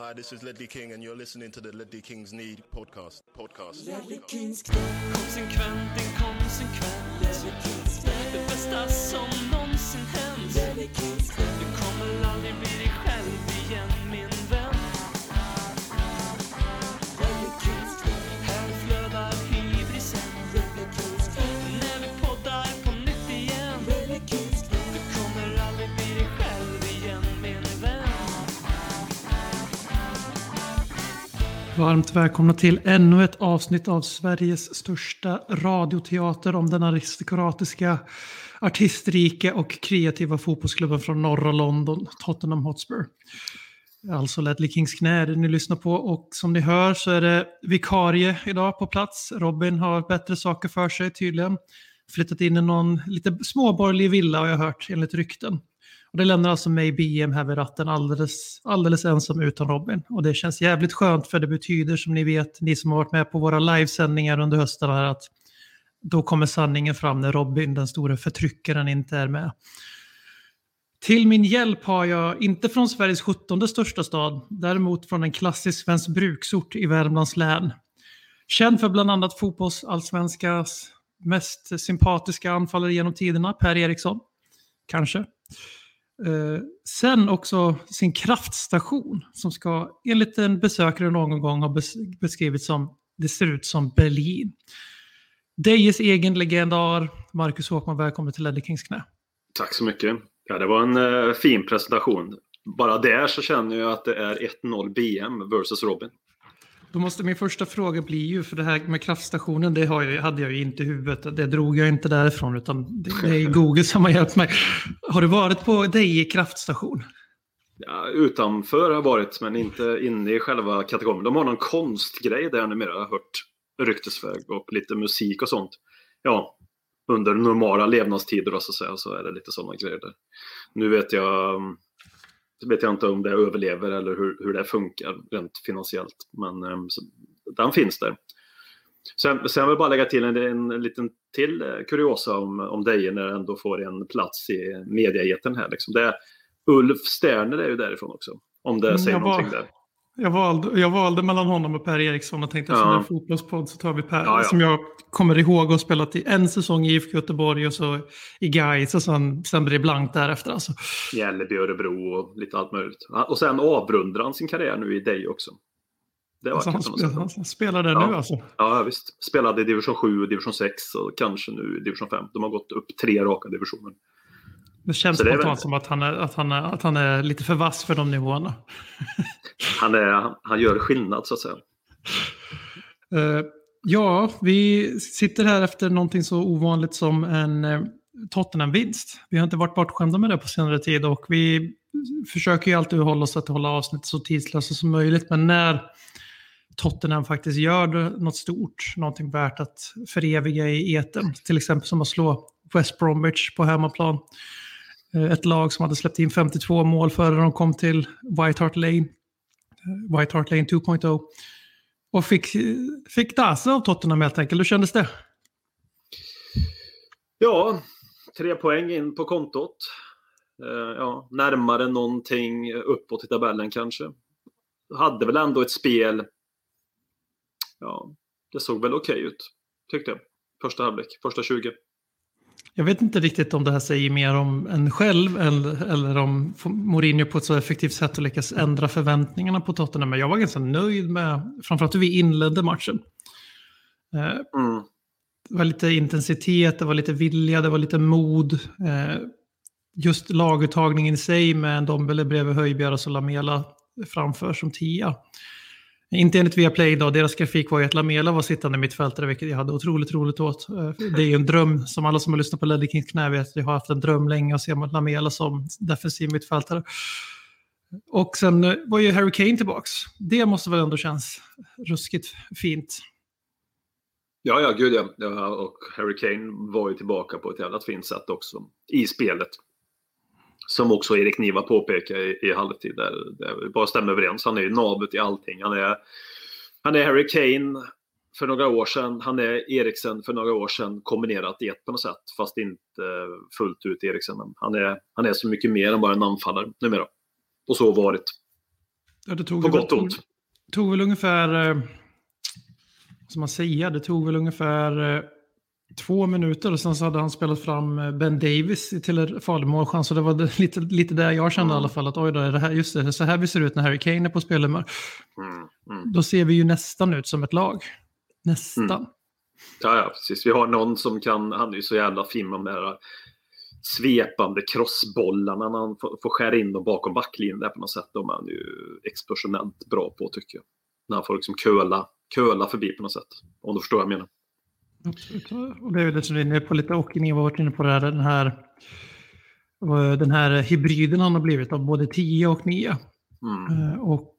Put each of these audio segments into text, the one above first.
Hi, this is Ledley King and you're listening to the Ledley Kings Need podcast. Ledley Kings knä. Konsekvent, inkonsekvent. Det bästa som någonsin hänt. Ledley Kings knä. Du kommer aldrig bli dig själv igen, min vän. Ledley Kings knä. Här flödar hybrisen. Ledley Kings knä. När vi poddar på nytt igen. Ledley Kings knä. Du kommer aldrig bli dig själv igen, min vän. Varmt välkomna till ännu ett avsnitt av Sveriges största radioteater om den aristokratiska, artistrike och kreativa fotbollsklubben från norra London, Tottenham Hotspur. Alltså Ledley Kings knä ni lyssnar på, och som ni hör så är det vikarie idag på plats. Robin har bättre saker för sig tydligen. Flyttat in i någon lite småborgerlig villa har jag hört enligt rykten. Och det lämnar alltså mig BM här vid ratten alldeles ensam utan Robin. Och det känns jävligt skönt, för det betyder, som ni vet, ni som har varit med på våra livesändningar under hösten här, att då kommer sanningen fram när Robin, den stora förtryckaren, inte är med. Till min hjälp har jag, inte från Sveriges 17:e största stad, däremot från en klassisk svensk bruksort i Värmlands län. Känd för bland annat fotbollsallsvenskans mest sympatiska anfallare genom tiderna, Per Eriksson. Kanske. Sen också sin kraftstation, som ska enligt en besökare någon gång ha beskrivits som, det ser ut som Berlin. Dejes egen legendar Marcus Håkman, välkommen till Ledley Kings knä. Tack så mycket. Ja, det var en fin presentation. Bara där så känner jag att det är 1-0 BM versus Robin. Då måste min första fråga bli ju, för det här med kraftstationen, det hade jag ju inte i huvudet. Det drog jag inte därifrån, utan det är Google som har hjälpt mig. Har du varit på Deje kraftstation? Ja, utanför har jag varit, men inte inne i själva kategorin. De har någon konstgrej där numera, jag har hört ryktesväg, och lite musik och sånt. Ja, under normala levnadstider och så är det lite sådana grejer där. Nu vet jag inte om det överlever eller hur det funkar rent finansiellt. Men den finns där. Sen vill jag bara lägga till en liten till kuriosa om Deje, när den ändå får en plats i mediaeten här. Liksom. Det är Ulf Sterner är ju därifrån också. Om det säger någonting där. Jag valde mellan honom och Per Eriksson och tänkte att som en fotbollspodd så tar vi Per. Ja. Som jag kommer ihåg och spelat i en säsong i IFK Göteborg och så i Gais, och sen blir det blankt därefter. Alltså. Jälleby, Örebro och lite allt möjligt. Och sen avrundar han sin karriär nu i Deje också. Det var han spelar där nu alltså? Ja, visst. Spelade i division 7 och division 6 och kanske nu i division 5. De har gått upp 3 raka divisioner. Det känns spontant som att han är lite för vass för de nivåerna. Han gör skillnad så att säga. Ja, vi sitter här efter någonting så ovanligt som en Tottenham-vinst. Vi har inte varit bortskämda med det på senare tid, och vi försöker ju alltid hålla avsnitt så tidslösa som möjligt. Men när Tottenham faktiskt gör något stort, någonting värt att föreviga i etern, till exempel som att slå West Bromwich på hemmaplan. Ett lag som hade släppt in 52 mål före de kom till White Hart Lane 2.0, och fick dasa av Tottenham helt enkelt. Hur kändes det? Ja, 3 poäng in på kontot. Närmare någonting uppåt i tabellen kanske. Hade väl ändå ett spel. Ja, det såg väl okej ut, tyckte jag. Första halvlek, första 20. Jag vet inte riktigt om det här säger mer om en själv eller om Mourinho på ett så effektivt sätt att lyckas ändra förväntningarna på Tottenham. Men jag var ganska nöjd med framförallt hur vi inledde matchen. Det var lite intensitet, det var lite vilja, det var lite mod. Just laguttagningen i sig med en Dombele bredvid Højbjerg och så Lamela framför som 10. Inte enligt Viaplay idag, deras grafik var ju att Lamela var sittande mittfältare, vilket jag hade otroligt roligt åt. Det är ju en dröm, som alla som har lyssnat på Ledley Kings knä vet, jag har haft en dröm länge att se Lamela som defensiv mittfältare. Och sen var ju Harry Kane tillbaks. Det måste väl ändå kännas ruskigt fint. Ja, gud ja. Och Harry Kane var ju tillbaka på ett jävla fint sätt också i spelet. Som också Erik Niva påpekar i halvtid. Där bara stämmer överens. Han är ju navet i allting. Han är Harry Kane för några år sedan. Han är Eriksen för några år sedan kombinerat i ett på något sätt. Fast inte fullt ut Eriksen. Han är så mycket mer än bara en anfallare numera. Och så har varit. Ja, det tog På gott och ont. tog väl ungefär, som man säger, det tog väl ungefär 2 minuter och sen så hade han spelat fram Ben Davis till en farlig målchans. Så det var lite där jag kände i alla fall att oj då, är det här, just det, så här vi ser ut när Harry Kane är på spelhumör. Då ser vi ju nästan ut som ett lag. Nästan. Ja, precis. Vi har någon som kan, han är ju så jävla fin med de där svepande crossbollarna när han får skära in dem bakom backlinjen där på något sätt. De är han ju explosionellt bra på tycker jag. När han får liksom köla förbi på något sätt. Om du förstår vad jag menar. Absolut. Och det är ju det som vi är inne på lite, och ni var varit inne på det här, den här hybriden han har blivit av både 10 och 9. Och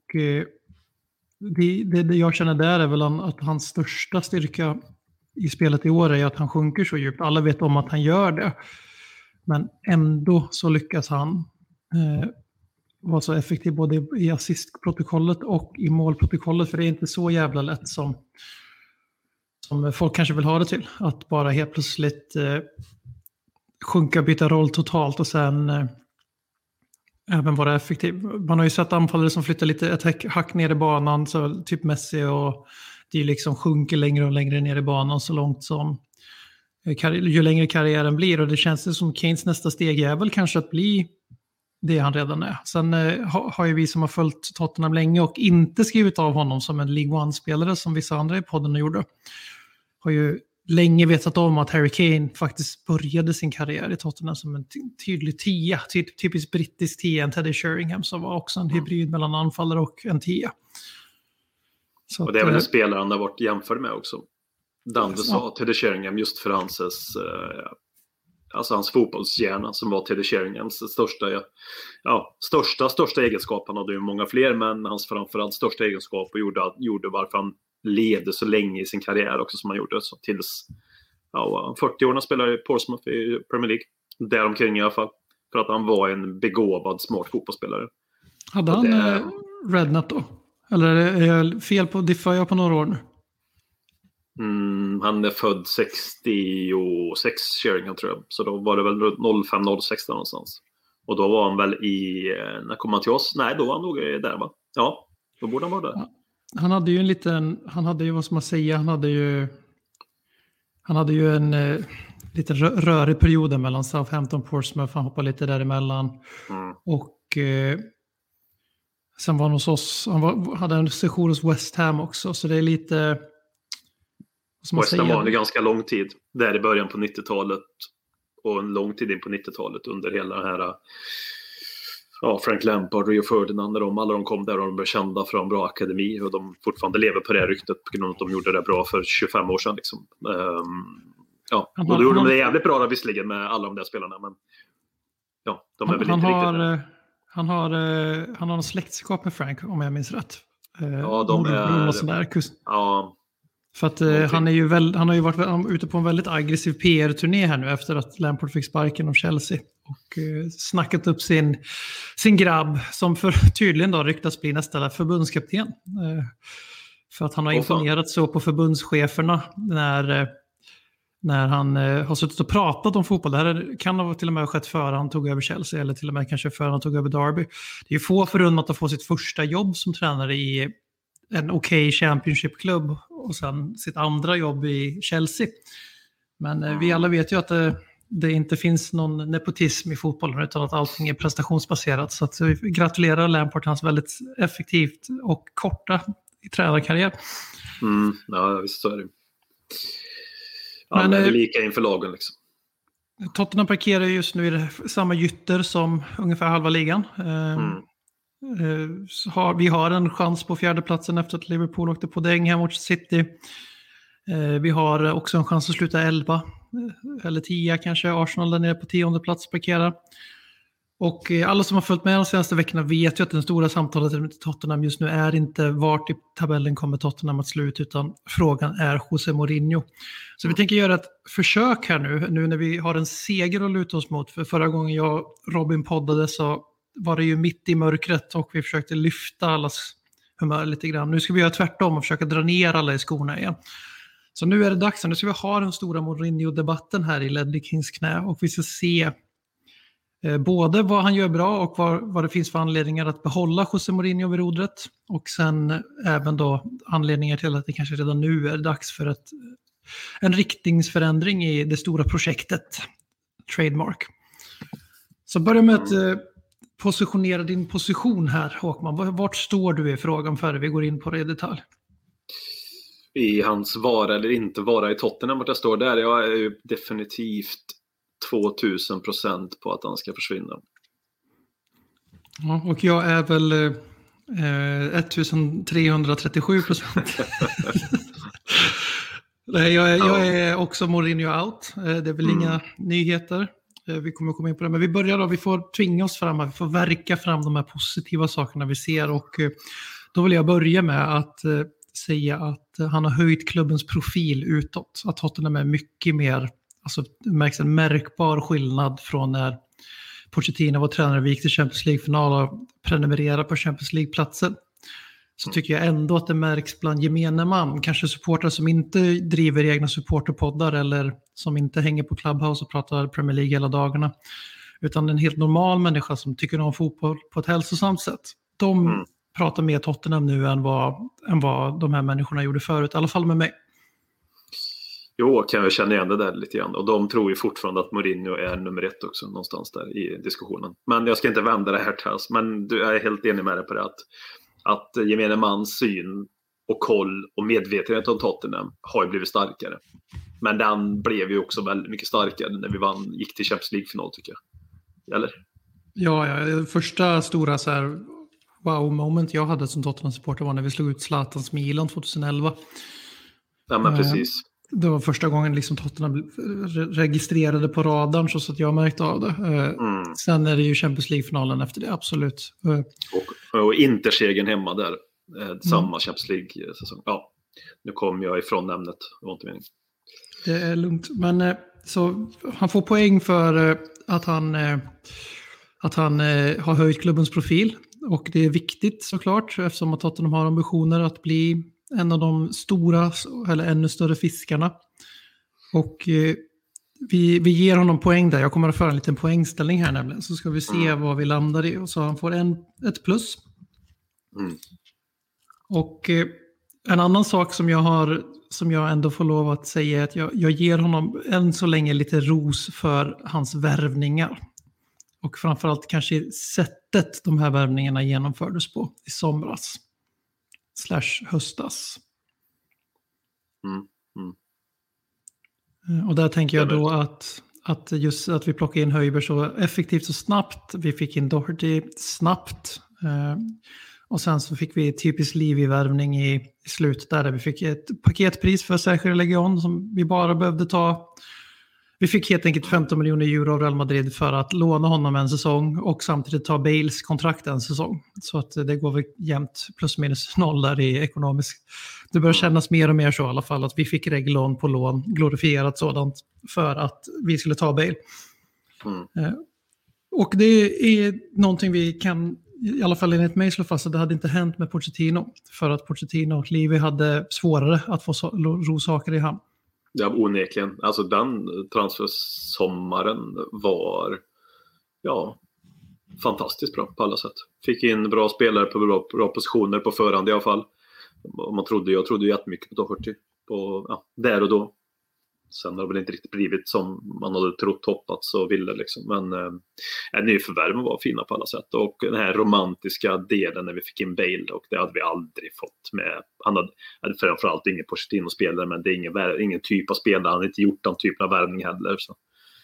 det jag känner där är väl att hans största styrka i spelet i år är att han sjunker så djupt. Alla vet om att han gör det. Men ändå så lyckas han vara så effektiv både i assistprotokollet och i målprotokollet. För det är inte så jävla lätt som folk kanske vill ha det till. Att bara helt plötsligt sjunka, byta roll totalt och sen även vara effektiv. Man har ju sett anfallare som flyttar lite ett hack ner i banan, så typ Messi, och det liksom sjunker längre och längre ner i banan så långt som ju längre karriären blir. Och det känns som Kanes nästa steg är väl kanske att bli det han redan är. Sen har ju vi som har följt Tottenham länge och inte skrivit av honom som en League One-spelare som vissa andra i podden gjorde, har ju länge vetat om att Harry Kane faktiskt började sin karriär i Tottenham som en tydlig 10, typiskt brittisk 10, en Teddy Sheringham som var också en hybrid mellan anfallare och en 10. Så och det är väl en spelare han har varit jämförd med också. Dan sa Teddy Sheringham just för hans fotbollshjärna som var Teddy Sheringhams största egenskap. Han hade ju många fler, men hans framförallt största egenskap och gjorde varför han levde så länge i sin karriär också som han gjorde. Så tills 40 år spelade i Portsmouth i Premier League. Däromkring i alla fall. För att han var en begåvad, smart fotbollsspelare. Hade han Redknapp då? Eller är jag fel på, diffar jag på några år nu? Han är född 66, Sheringham tror jag. Så då var det väl 05-06 någonstans. Och då var han väl när kom han till oss? Nej, då var han nog där va? Ja, då borde han vara där. Ja. Han hade ju vad ska man säga, han hade ju en lite rörig period mellan Southampton och Portsmouth. Han hoppade lite däremellan. Och sen var han hos oss, hade en session hos West Ham också, så det är lite... West Ham var det ganska lång tid där i början på 90-talet och en lång tid in på 90-talet under hela det här Frank Lampard, Rio Ferdinand, alla de kom där och de blev kända för en bra akademi och de fortfarande lever på det här ryktet på grund av att de gjorde det bra för 25 år sedan liksom. Och då gjorde de det jävligt bra visserligen med alla de där spelarna, men de är väl inte riktigt han har en släktskap med Frank om jag minns rätt. De är för att han har ju varit ute på en väldigt aggressiv PR-turné här nu efter att Lampard fick sparken av Chelsea och snackat upp sin grabb som tydligen då ryktas bli nästa förbundskapten. För att han har imponerat så på förbundscheferna när han har suttit och pratat om fotboll. Det här kan ha till och med skett före han tog över Chelsea eller till och med kanske före han tog över Derby. Det är ju få förunnat att få sitt första jobb som tränare i en okej Championship-klubb och sen sitt andra jobb i Chelsea. Men vi alla vet ju att det inte finns någon nepotism i fotbollen utan att allting är prestationsbaserat. Så att vi gratulerar Lampard hans väldigt effektivt och korta tränarkarriär. Ja, visst så är det. Alla är lika inför lagen liksom. Tottenham parkerar just nu i samma gytter som ungefär halva ligan. Vi har en chans på 4:e platsen efter att Liverpool åkte på däng här mot City. Vi har också en chans att sluta 11 eller 10 kanske. Arsenal där nere på 10:e plats parkerar. Och alla som har följt med de senaste veckorna vet ju att den stora samtalet med Tottenham just nu är inte vart i tabellen kommer Tottenham att sluta, utan frågan är José Mourinho. Så vi tänker göra ett försök här nu när vi har en seger att luta oss mot. För förra gången jag och Robin poddade så var det ju mitt i mörkret och vi försökte lyfta allas humör lite grann. Nu ska vi göra tvärtom och försöka dra ner alla i skorna igen. Så nu är det dags. Nu ska vi ha den stora Mourinho-debatten här i Ledley Kings knä och vi ska se Både vad han gör bra och vad det finns för anledningar att behålla José Mourinho vid rodret. Och sen även då anledningar till att det kanske redan nu är dags för en riktningsförändring i det stora projektet Trademark. Så börja med att positionera din position här, Håkman. Vart står du i frågan före vi går in på det i detalj? I hans vara eller inte vara i Tottenham, vart jag står där. Jag är ju definitivt 2000% på att han ska försvinna. Ja, och jag är väl 1337%. Nej, jag är också Mourinho out. Det är väl inga nyheter. Vi kommer komma in på det. Men vi börjar då. Vi får tvinga oss fram. Vi får verka fram de här positiva sakerna vi ser. Och då vill jag börja med att säga att han har höjt klubbens profil utåt. Att Tottenham är mycket mer, alltså det märks en märkbar skillnad från när Pochettino var tränare, vi gick till Champions League-final och prenumererade på Champions League-platsen. Så tycker jag ändå att det märks bland gemene man, kanske supportrar som inte driver egna supporterpoddar eller som inte hänger på Clubhouse och pratar Premier League hela dagarna, utan en helt normal människa som tycker om fotboll på ett hälsosamt sätt. De pratar mer Tottenham nu än vad de här människorna gjorde förut, i alla fall med mig. Jo, kan jag känna igen det där lite grann. Och de tror ju fortfarande att Mourinho är nummer 1 också, någonstans där i diskussionen. Men jag ska inte vända det här till oss. Men du är helt enig med det på det att gemene mans syn och koll och medvetenhet om Tottenham har ju blivit starkare. Men den blev ju också väldigt mycket starkare när vi gick till Champions League-final, tycker jag. Eller? Ja, första stora så här wow-moment jag hade som Tottenham-supporter var när vi slog ut Zlatans Milan 2011. Ja, men precis. Det var första gången liksom Tottenham registrerade på radarn, så att jag märkte av det. Sen är det ju Champions League-finalen efter det, absolut. Och Intersegern hemma där. Samma Champions League-säsong. Ja, nu kom jag ifrån ämnet. Det var inte meningen. Det är lugnt. Men så han får poäng för att han har höjt klubbens profil. Och det är viktigt såklart, eftersom att Tottenham har ambitioner att bli en av de stora eller ännu större fiskarna. Och vi ger honom poäng där. Jag kommer att föra en liten poängställning här nämligen. Så ska vi se vad vi landar i. Och så han får ett plus. Och en annan sak som jag ändå får lov att säga är att jag ger honom än så länge lite ros för hans värvningar. Och framförallt kanske sättet de här värvningarna genomfördes på i somras. /höstas. Och där tänker jag då att just att vi plockar in Højbjerg så effektivt och snabbt. Vi fick in Doherty snabbt. Och sen så fick vi typiskt liv i värvning i slutet där vi fick ett paketpris för särskild legion som vi bara behövde ta. Vi fick helt enkelt 15 miljoner euro av Real Madrid för att låna honom en säsong och samtidigt ta Bales kontrakt en säsong. Så att det går väl jämnt plus minus noll där i ekonomiskt. Det börjar kännas mer och mer så i alla fall att vi fick Reguilón på lån, glorifierat sådant, för att vi skulle ta Bale. Och det är någonting vi kan, i alla fall enligt mig, slå fast att det hade inte hänt med Pochettino. För att Pochettino och Levy hade svårare att få ro saker i hamn. Ja, onekligen. Alltså den transfersommaren var fantastiskt bra på alla sätt. Fick in bra spelare på bra positioner på förhand i alla fall. Jag trodde jättemycket på Doherty där och då. Sen har det väl inte riktigt blivit som man hade trott, hoppats och ville liksom. Men nyförvärven var fina på alla sätt. Och den här romantiska delen när vi fick in Bale, och det hade vi aldrig fått med. Han hade framförallt ingen Pochettino-spelare, men det är ingen typ av spelare. Han har inte gjort den typen av värvning heller. Så.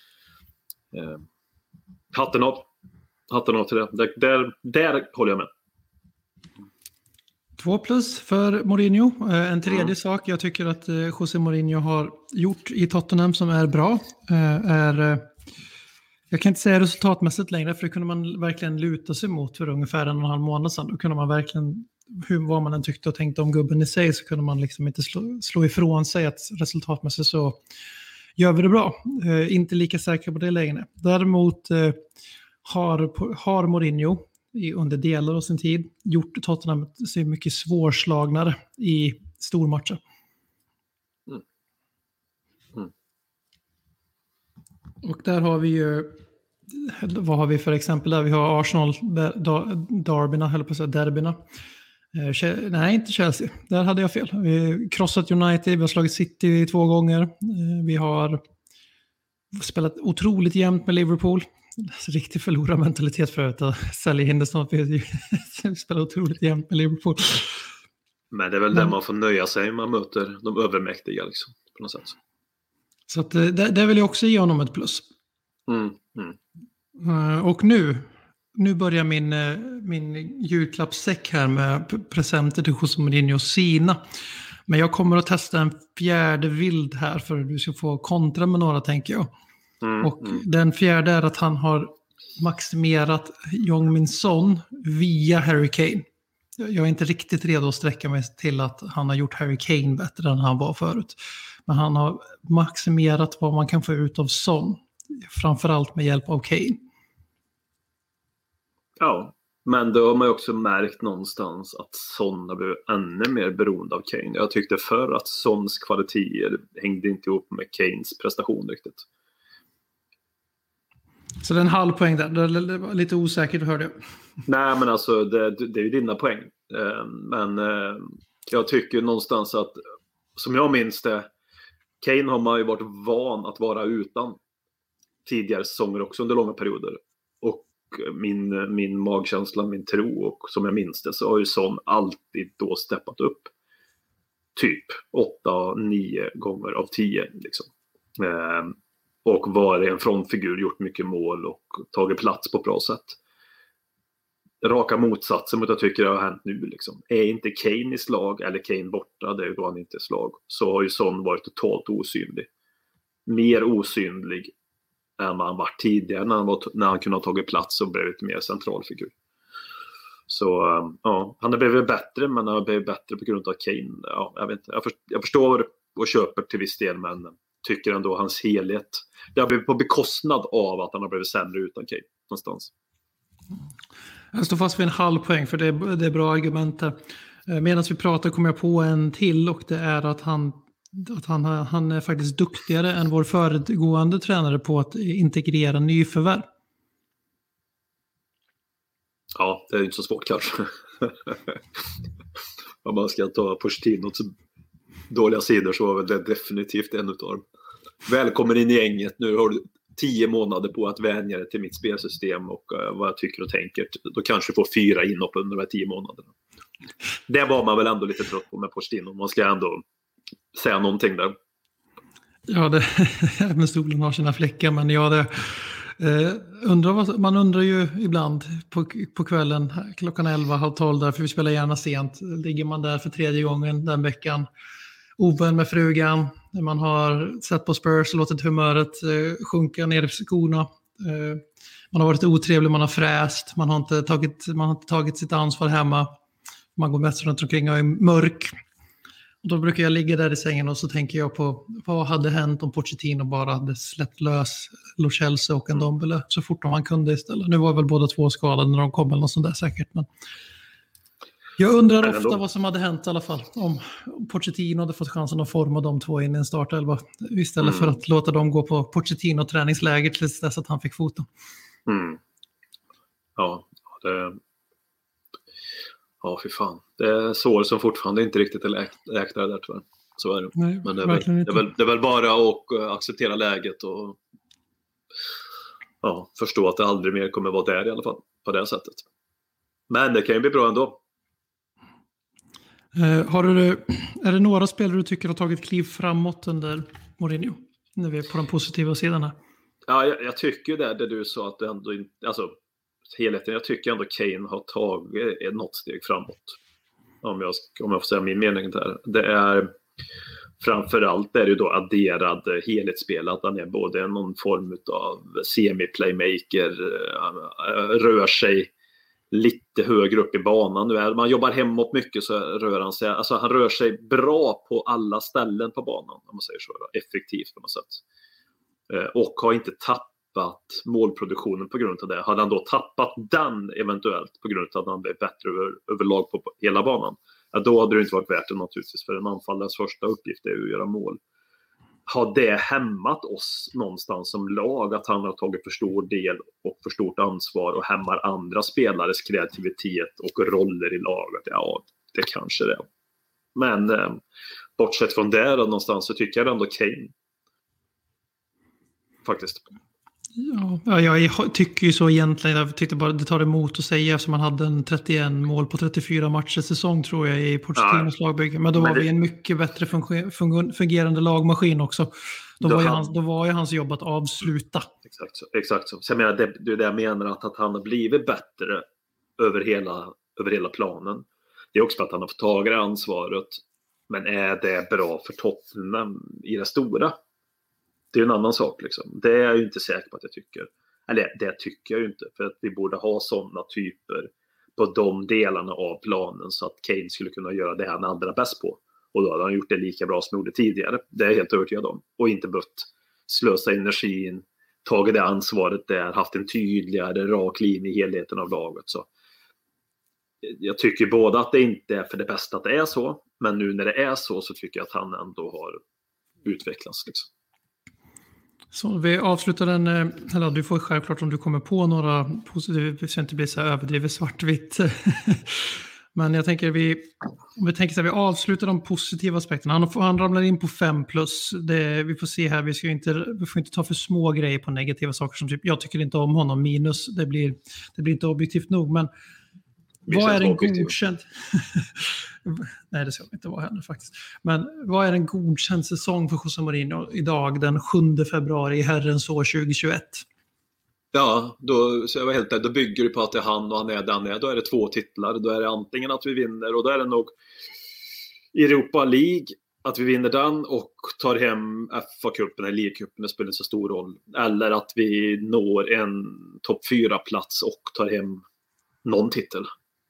Hatten av till det. Där håller jag med. 2+ för Mourinho. En tredje sak jag tycker att José Mourinho har gjort i Tottenham som är bra är, jag kan inte säga resultatmässigt längre, för det kunde man verkligen luta sig mot för ungefär 1,5 månad sedan. Då kunde man verkligen, vad man än tyckte och tänkte om gubben i sig, så kunde man liksom inte slå ifrån sig att resultatmässigt så gör vi det bra. Inte lika säker på det längre. Däremot har Mourinho under delar av sin tid gjort Tottenham så mycket svårslagnare i stormatcher. Och där har vi ju vad har vi för exempel där? Vi har Arsenal, derbyna, höll på att säga derbyna. Nej, inte Chelsea. Där hade jag fel. Vi har krossat United, vi har slagit City 2 gånger. Vi har spelat otroligt jämnt med Liverpool. Riktigt förlorarmentalitet för att sälja Hindersson. Vi spelar otroligt jämnt med Liverpool. Men det är väl där man får nöja sig. Man möter de övermäktiga liksom, på något sätt. Så att, där vill jag också ge honom ett plus. Och nu börjar min julklappssäck här med presenter till José Mourinho och Sina. Men jag kommer att testa en fjärde vild här för att du ska få kontra med några, tänker jag. Den fjärde är att han har maximerat Heung-min Son via Harry Kane. Jag är inte riktigt redo att sträcka mig till att han har gjort Harry Kane bättre än han var förut. Men han har maximerat vad man kan få ut av Son. Framförallt med hjälp av Kane. Ja, men då har man ju också märkt någonstans att Son har blivit ännu mer beroende av Kane. Jag tyckte för att Sons kvaliteter hängde inte ihop med Kanes prestation riktigt. Så det är en halv poäng där. Det är lite osäkert, hörde jag. Nej, men alltså det är ju dina poäng. Men jag tycker någonstans att, som jag minns det, Kane har man ju varit van att vara utan tidigare säsonger också under långa perioder. Och min magkänsla, min tro, och som jag minns det så har ju Son alltid då steppat upp. Typ 8-9 gånger av 10 liksom. Och varit en frontfigur, gjort mycket mål och tagit plats på ett bra sätt. Raka motsatsen mot jag tycker det har hänt nu liksom. Är inte Kane i slag eller Kane borta, det är ju då han inte är i slag, så har ju Son varit totalt osynlig. Mer osynlig än han var tidigare när han kunde ha tagit plats och blivit mer central figur. Så ja, han har blivit bättre, men han har blivit bättre på grund av Kane. Ja, jag vet inte. Jag förstår och köper till viss del, men tycker ändå hans helhet, det har blivit på bekostnad av att han har blivit sämre utan Kane någonstans. Jag står fast vid en halv poäng, för det är bra argument här. Medan vi pratar kommer jag på en till, och det är att han är faktiskt duktigare än vår föregående tränare på att integrera nyförvärv. Ja, det är inte så svårt kanske. Om man ska ta Pochettinos dåliga sidor så var väl det definitivt en utav dem. Välkommen in i gänget. Nu har du 10 månader på att vänja dig till mitt spelsystem och vad jag tycker och tänker. Då kanske du får 4 inhopp under de här 10 månaderna. Det var man väl ändå lite trött på med Pochettino. Man ska ändå säga någonting där. Ja, även stolen har sina fläckar, men man undrar ju ibland på kvällen klockan 11, halv 12 där, för vi spelar gärna sent. Ligger man där för 3:e gången den veckan, ovän med frugan, man har sett på Spurs och låtit humöret sjunka ner i skorna. Man har varit otrevlig, man har fräst, man har inte tagit sitt ansvar hemma. Man går mest runt omkring och är mörk. Och då brukar jag ligga där i sängen och så tänker jag på vad hade hänt om Pochettino bara hade släppt lös Lo Celso och en Ndombele så fort han kunde istället. Nu var väl båda två skadade när de kom eller något sånt där säkert. Men jag undrar ofta vad som hade hänt i alla fall om Pochettino hade fått chansen att forma de två in i en startelva istället för att låta dem gå på Pochettino-träningsläger tills dess att han fick foten. Ja, fy fan. Det är sår som fortfarande inte riktigt är läkta där tyvärr. Så är det. Nej, men det är väl bara att acceptera läget och förstå att det aldrig mer kommer vara där i alla fall på det sättet. Men det kan ju bli bra ändå. Är det några spelare du tycker har tagit kliv framåt under Mourinho? När vi är på den positiva sidan här. Ja, jag tycker det du sa att det ändå inte... Alltså, helheten, jag tycker ändå Kane har tagit något steg framåt. Om jag får säga min mening där. Det är framförallt är det då adderad helhetsspel, att han är både någon form av semi-playmaker, rör sig lite högre upp i banan. Nu man jobbar hemåt mycket så rör han sig, alltså han rör sig bra på alla ställen på banan, om man säger så, effektivt på något sätt. Och har inte tappat målproduktionen på grund av det. Hade han då tappat den eventuellt på grund av att han blev bättre överlag på hela banan, då hade det inte varit värt det naturligtvis, för en anfallares första uppgift är ju att göra mål. har det hämmat oss någonstans som lag, att han har tagit för stor del och för stort ansvar och hämmar andra spelares kreativitet och roller i laget? Ja, det kanske det är. Men bortsett från det då, någonstans så tycker jag ändå Kane. Faktiskt. Ja, jag tycker ju så egentligen. Jag tyckte bara det tar emot att säga, eftersom man hade en 31 mål på 34 matcher säsong tror jag i Pochettinos lagbygge. Men då var vi en mycket bättre fungerande lagmaskin också. Då var ju hans jobb att avsluta. Exakt så. Så jag menar, det är det jag menar, att han har blivit bättre över hela planen. Det är också att han har fått tag i ansvaret. Men är det bra för Tottenham i det stora? Det är en annan sak liksom. Det är jag ju inte säker på att jag tycker. Eller det tycker jag ju inte. För att vi borde ha sådana typer på de delarna av planen så att Kane skulle kunna göra det han är allra bäst på. Och då hade han gjort det lika bra som gjorde tidigare. Det är jag helt övertygad om. Och inte behövt slösa energin, tagit det ansvaret där, haft en tydligare rak linje i helheten av laget. Så jag tycker både att det inte är för det bästa att det är så, men nu när det är så tycker jag att han ändå har utvecklats liksom. Så vi avslutar den, eller du får självklart om du kommer på några positiva, det ska inte bli så överdrivet svartvitt. Men jag tänker om vi tänker så här, vi avslutar de positiva aspekterna. Han ramlar in på 5+. Vi får se här, vi får inte ta för små grejer på negativa saker som typ, jag tycker inte om honom, minus. Det blir inte objektivt nog, men vad är en godkänd? Nej, det ska inte vara heller faktiskt. Men vad är en godkänd säsong för José Mourinho idag den 7 februari i herrens år 2021? Ja, så jag var helt där. Då bygger det på att det är han och han är den är. Då är det 2 titlar. Då är det antingen att vi vinner, och då är det nog Europa League, att vi vinner den och tar hem FA-cupen eller League-cupen, det spelar inte så stor roll. Eller att vi når en topp 4-plats och tar hem någon titel.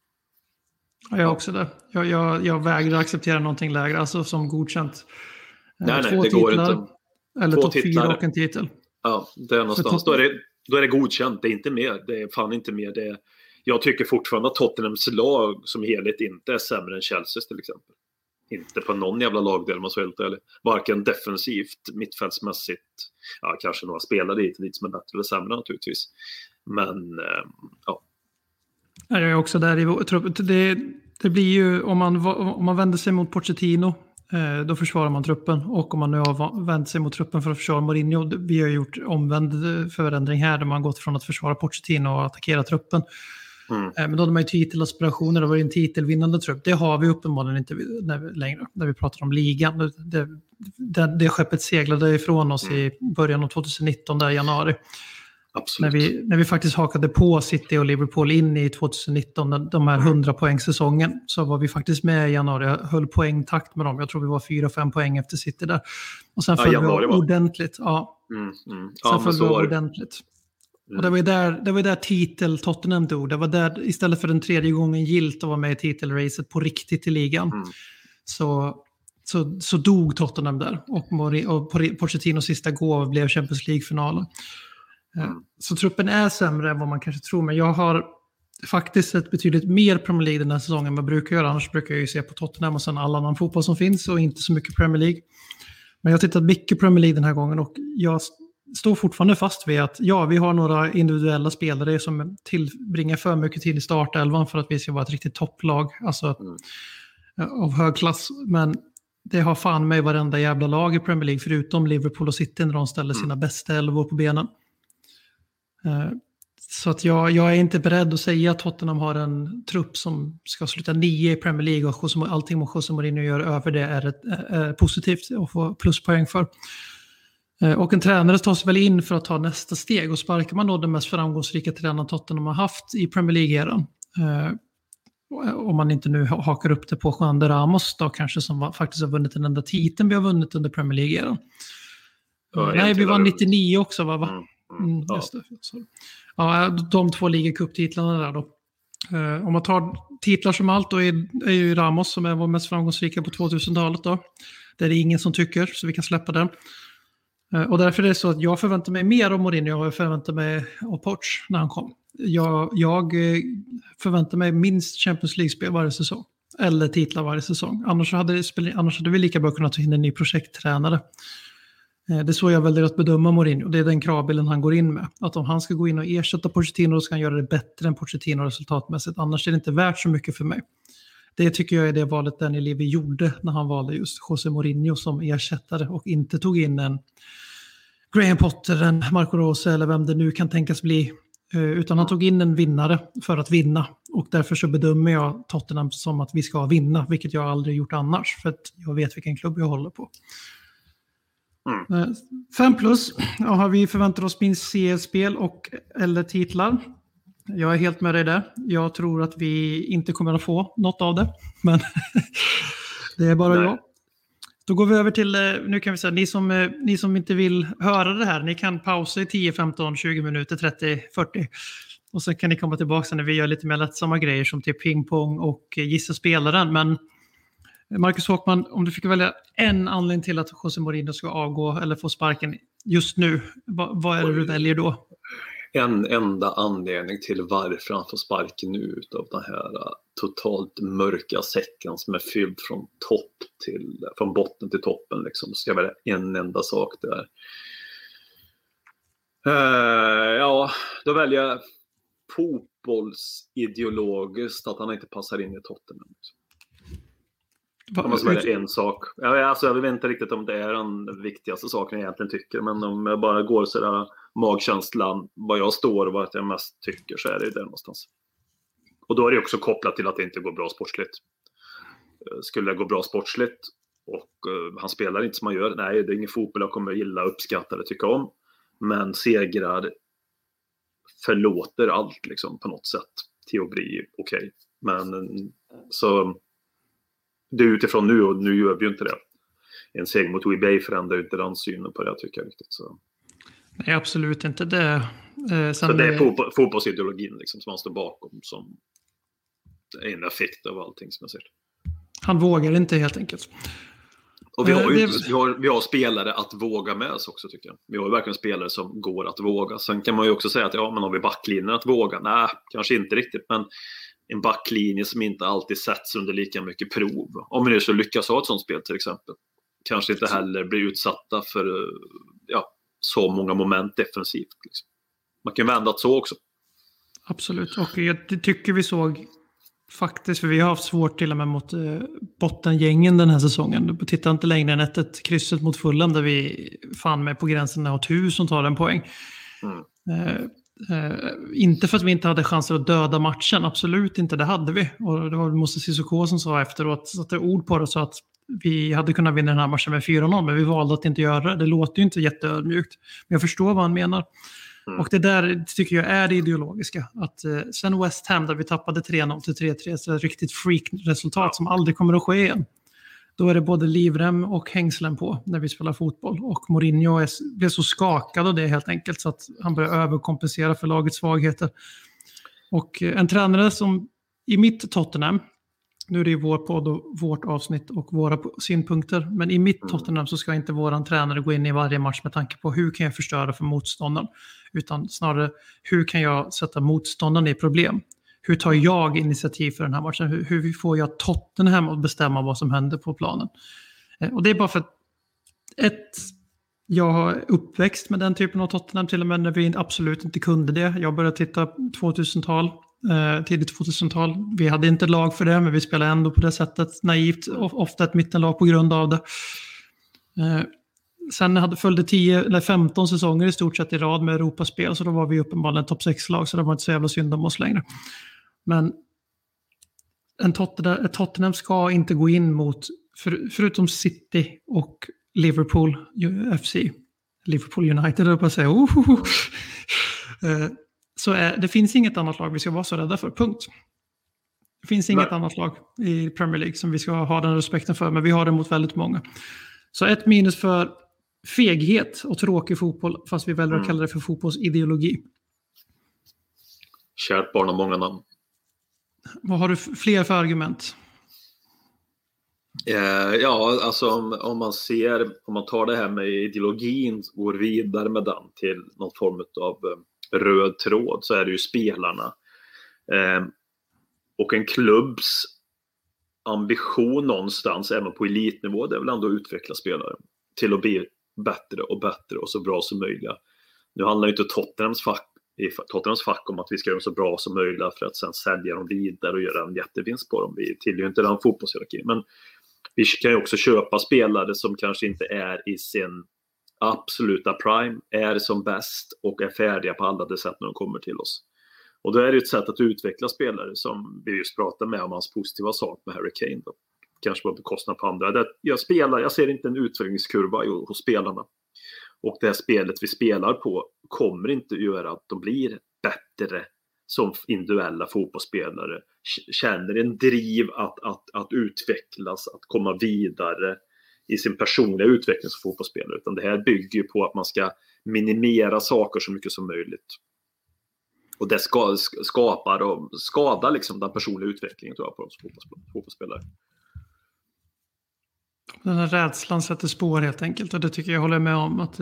Ja, jag också det. Jag vägrar acceptera någonting lägre, alltså som godkänt. Nej, 2 det titlar, går inte. eller 2 topp 4 titlar och en titel. Ja, det är någonstans. Då är det godkänt, det är inte mer. Det är fan inte mer. Jag tycker fortfarande att Tottenhams lag som helhet inte är sämre än Chelseas till exempel. Inte på någon jävla lagdel, man så helt ärligt. Varken defensivt, mittfältsmässigt. Ja, kanske några spelare dit som är bättre eller sämre naturligtvis. Men, ja. Jag är också där. Det blir ju, om man vänder sig mot Pochettino, då försvarar man truppen. Och om man nu har vänt sig mot truppen för att försvara Mourinho, vi har gjort omvänd förändring här, där man gått från att försvara Pochettino och attackera truppen. Men då hade man ju titelaspirationer, det var ju en titelvinnande trupp. Det har vi uppenbarligen inte längre när vi pratar om ligan. Det skeppet seglade ifrån oss i början av 2019, där i januari. Absolut. När vi faktiskt hakade på City och Liverpool in i 2019, de här 100-poängssäsongen, så var vi faktiskt med i januari. Jag höll poängtakt med dem. Jag tror vi var 4-5 poäng efter City där. Och sen föll vi ordentligt. Ja. Sen föll vi ordentligt. Och det var där titel Tottenham dog. Det var där, istället för den 3:e gången gilt att vara med i titelracet på riktigt i ligan. Så dog Tottenham där. Och Pochettinos sista gåva blev Champions League-finalen. Så truppen är sämre än vad man kanske tror. Men jag har faktiskt sett betydligt mer Premier League den här säsongen än vad jag brukar göra. Annars brukar jag ju se på Tottenham och sen all annan fotboll som finns, och inte så mycket Premier League. Men jag har tittat mycket Premier League den här gången, och jag står fortfarande fast vid att vi har några individuella spelare som tillbringar för mycket tid i startelvan för att vi ska vara ett riktigt topplag, alltså av hög klass. Men det har fan med varenda jävla lag i Premier League förutom Liverpool och City när de ställer sina bästa elvor på benen. Så att jag är inte beredd att säga att Tottenham har en trupp som ska sluta 9 i Premier League, och allting mot José Mourinho gör över det är positivt att få pluspoäng för. Och en tränare tar sig väl in för att ta nästa steg, och sparkar man då den mest framgångsrika tränaren Tottenham har haft i Premier League-eran. Om man inte nu hakar upp det på Juan de Ramos då, kanske, som faktiskt har vunnit den enda titeln vi har vunnit under Premier League-eran. Nej, vi var 99 också, va? Just det. Ja, de 2 ligacup-titlarna där då. Om man tar titlar som allt, då är ju Ramos som är vår mest framgångsrika på 2000-talet då. Det är det ingen som tycker, så vi kan släppa den. Och därför är det så att jag förväntar mig mer av Mourinho än jag förväntar mig av Poch när han kom. Jag förväntar mig minst Champions League-spel varje säsong. Eller titlar varje säsong. Annars hade vi lika bra kunnat ta in en ny projekttränare. Det är så jag väljer att bedöma Mourinho. Det är den kravbilden han går in med. Att om han ska gå in och ersätta Pochettino, då ska han göra det bättre än Pochettino resultatmässigt. Annars är det inte värt så mycket för mig. Det tycker jag är det valet Daniel Levy gjorde när han valde just José Mourinho som ersättare och inte tog in en Graham Potter, en Marco Rose eller vem det nu kan tänkas bli. Utan han tog in en vinnare för att vinna. Och därför så bedömer jag Tottenham som att vi ska vinna, vilket jag aldrig gjort annars. För att jag vet vilken klubb jag håller på. 5+. Ja, vi förväntar oss minst CS-spel och eller titlar. Jag är helt med dig där. Jag tror att vi inte kommer att få något av det. Men det är bara jag. Då går vi över till, nu kan vi säga, ni som inte vill höra det här, ni kan pausa i 10, 15, 20 minuter, 30, 40. Och sen kan ni komma tillbaka när vi gör lite mer lättsamma grejer som till pingpong och gissa spelaren. Men Marcus Håkman, om du fick välja en anledning till att José Mourinho ska avgå eller få sparken just nu, vad är det du väljer då? En enda anledning till varför han får sparken nu utav den här totalt mörka säcken som är fylld från botten till toppen liksom. Så jag välja en enda sak där. Då väljer jag fotbollsideologiskt att han inte passar in i Tottenham. Jag måste välja en sak. Jag vet inte riktigt om det är den viktigaste saken jag egentligen tycker. Men om jag bara går sådär magkänslan, vad jag står och vad jag mest tycker, så är det där någonstans. Och då är det också kopplat till att det inte går bra sportsligt. Skulle det gå bra sportsligt och han spelar inte som han gör, nej, det är ingen fotboll jag kommer gilla, uppskatta eller tycka om. Men segrar förlåter allt liksom på något sätt till att bli okej. Men så det är utifrån nu, och nu gör vi ju inte det. En seger mot eBay förändrar ju inte den synen på det, jag tycker riktigt. Så. Nej, absolut inte. Det, så det är fotbollsideologin liksom, som han står bakom som en effekt av allting som jag ser. Han vågar inte helt enkelt. Och vi har spelare att våga med oss också, tycker jag. Vi har verkligen spelare som går att våga. Sen kan man ju också säga att men har vi backlinjen att våga? Nej, kanske inte riktigt, men en backlinje som inte alltid sätts under lika mycket prov. Om vi nu så lyckas ha ett sånt spel till exempel. Kanske inte heller blir utsatta för så många moment defensivt. Liksom. Man kan vända det så också. Absolut, och det tycker vi såg faktiskt, för vi har haft svårt till och med mot bottengängen den här säsongen. Titta inte längre än ett krysset mot Fulham där vi fann med på gränsen av 1000 tar en poäng. Inte för att vi inte hade chanser att döda matchen, absolut inte, det hade vi. Och det var Moses Sissoko som sa efteråt, satte ord på det, så att vi hade kunnat vinna den här matchen med 4-0, men vi valde att inte göra det. Det låter ju inte jätteödmjukt, men jag förstår vad han menar. Och det där tycker jag är det ideologiska. Att sen West Ham där vi tappade 3-0 till 3-3, så ett riktigt freak-resultat som aldrig kommer att ske igen. Då är det både livrem och hängslen på när vi spelar fotboll. Och Mourinho blev så skakad av det helt enkelt, så att han börjar överkompensera för lagets svagheter. Och en tränare som i mitt Tottenham, nu är det ju vår podd och vårt avsnitt och våra synpunkter, men i mitt Tottenham så ska inte våran tränare gå in i varje match med tanke på hur kan jag förstöra för motståndaren, utan snarare hur kan jag sätta motståndaren i problem. Hur tar jag initiativ för den här matchen? Hur får jag Tottenham att bestämma vad som händer på planen? Och det är bara för att jag har uppväxt med den typen av Tottenham, till och med när vi absolut inte kunde det. Jag började titta 2000-tal, tidigt 2000-tal. Vi hade inte lag för det, men vi spelade ändå på det sättet. Naivt, ofta ett mittenlag på grund av det. Sen följde 10 eller 15 säsonger i stort sett i rad med Europaspel, så då var vi uppenbarligen topp 6-lag, så det var inte så jävla synd om oss längre. Men ett Tottenham ska inte gå in mot, förutom City och Liverpool FC, Liverpool United, jag bara säga, så det finns inget annat lag vi ska vara så rädda för, punkt. Det finns inget annat lag i Premier League som vi ska ha den respekten för, men vi har det mot väldigt många. Så ett minus för feghet och tråkig fotboll, fast vi väljer att kalla det för fotbollsideologi. Kärt barn och många namn. Vad har du fler för argument? Alltså om man tar det här med ideologin och går vidare med den till någon form av röd tråd, så är det ju spelarna. Och en klubbs ambition någonstans, även på elitnivå, det är väl ändå att utveckla spelare till att bli bättre och bättre och så bra som möjligt. Nu handlar ju inte Tottenhams fack om att vi ska göra så bra som möjligt för att sen sälja dem vidare och göra en jättevinst på dem. Vi tillhör ju inte den fotbollshierarkin. Men vi kan ju också köpa spelare som kanske inte är i sin absoluta prime, är som bäst och är färdiga på alla de sätt när de kommer till oss. Och då är det ett sätt att utveckla spelare som vi just pratade med om hans positiva sak med Harry Kane då. Kanske på bekostnad på andra. Jag ser inte en utvecklingskurva hos spelarna. Och det här spelet vi spelar på kommer inte göra att de blir bättre som individuella fotbollsspelare. Känner en driv att utvecklas, att komma vidare i sin personliga utveckling som fotbollsspelare. Utan det här bygger på att man ska minimera saker så mycket som möjligt. Och det skapar och skadar liksom den personliga utvecklingen tror jag på som fotbollsspelare. Den här rädslan sätter spår helt enkelt. Och det tycker jag håller med om. Att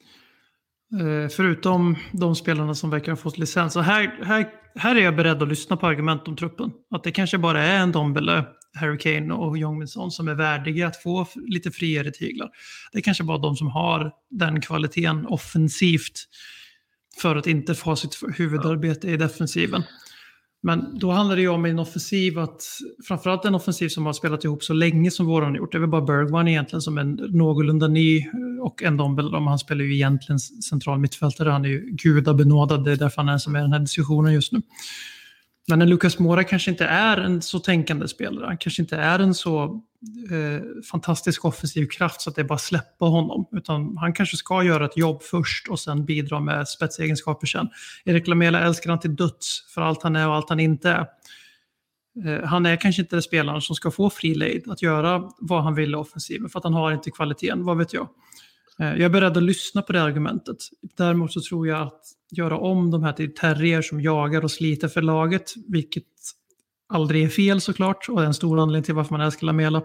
förutom de spelarna som verkar ha fått licens. Så här är jag beredd att lyssna på argument om truppen. Att det kanske bara är en Dombele, Harry Kane och Jong-Min-Son som är värdiga att få lite friare tyglar. Det är kanske bara de som har den kvaliteten offensivt för att inte få sitt huvudarbete i defensiven. Men då handlar det ju om en offensiv framförallt en offensiv som har spelat ihop så länge som våran har gjort. Det är väl bara Bergwijn egentligen som en någorlunda ny och en Dombele. Han spelar ju egentligen central mittfältare. Han är ju gudabenådad. Det är därför han är som är i den här diskussionen just nu. Men en Lucas Moura kanske inte är en så tänkande spelare. Han kanske inte är en så fantastisk offensiv kraft så att det är bara släppa honom. Utan han kanske ska göra ett jobb först och sen bidra med spetsegenskaper sen. Erik Lamela älskar han till döds för allt han är och allt han inte är. Han är kanske inte den spelaren som ska få fri lejd att göra vad han vill i offensiven för att han har inte kvaliteten, vad vet jag. Jag är beredd att lyssna på det argumentet. Däremot så tror jag att göra om de här till terrier som jagar och sliter för laget, vilket aldrig är fel såklart och är en stor anledning till varför man älskar Lamela.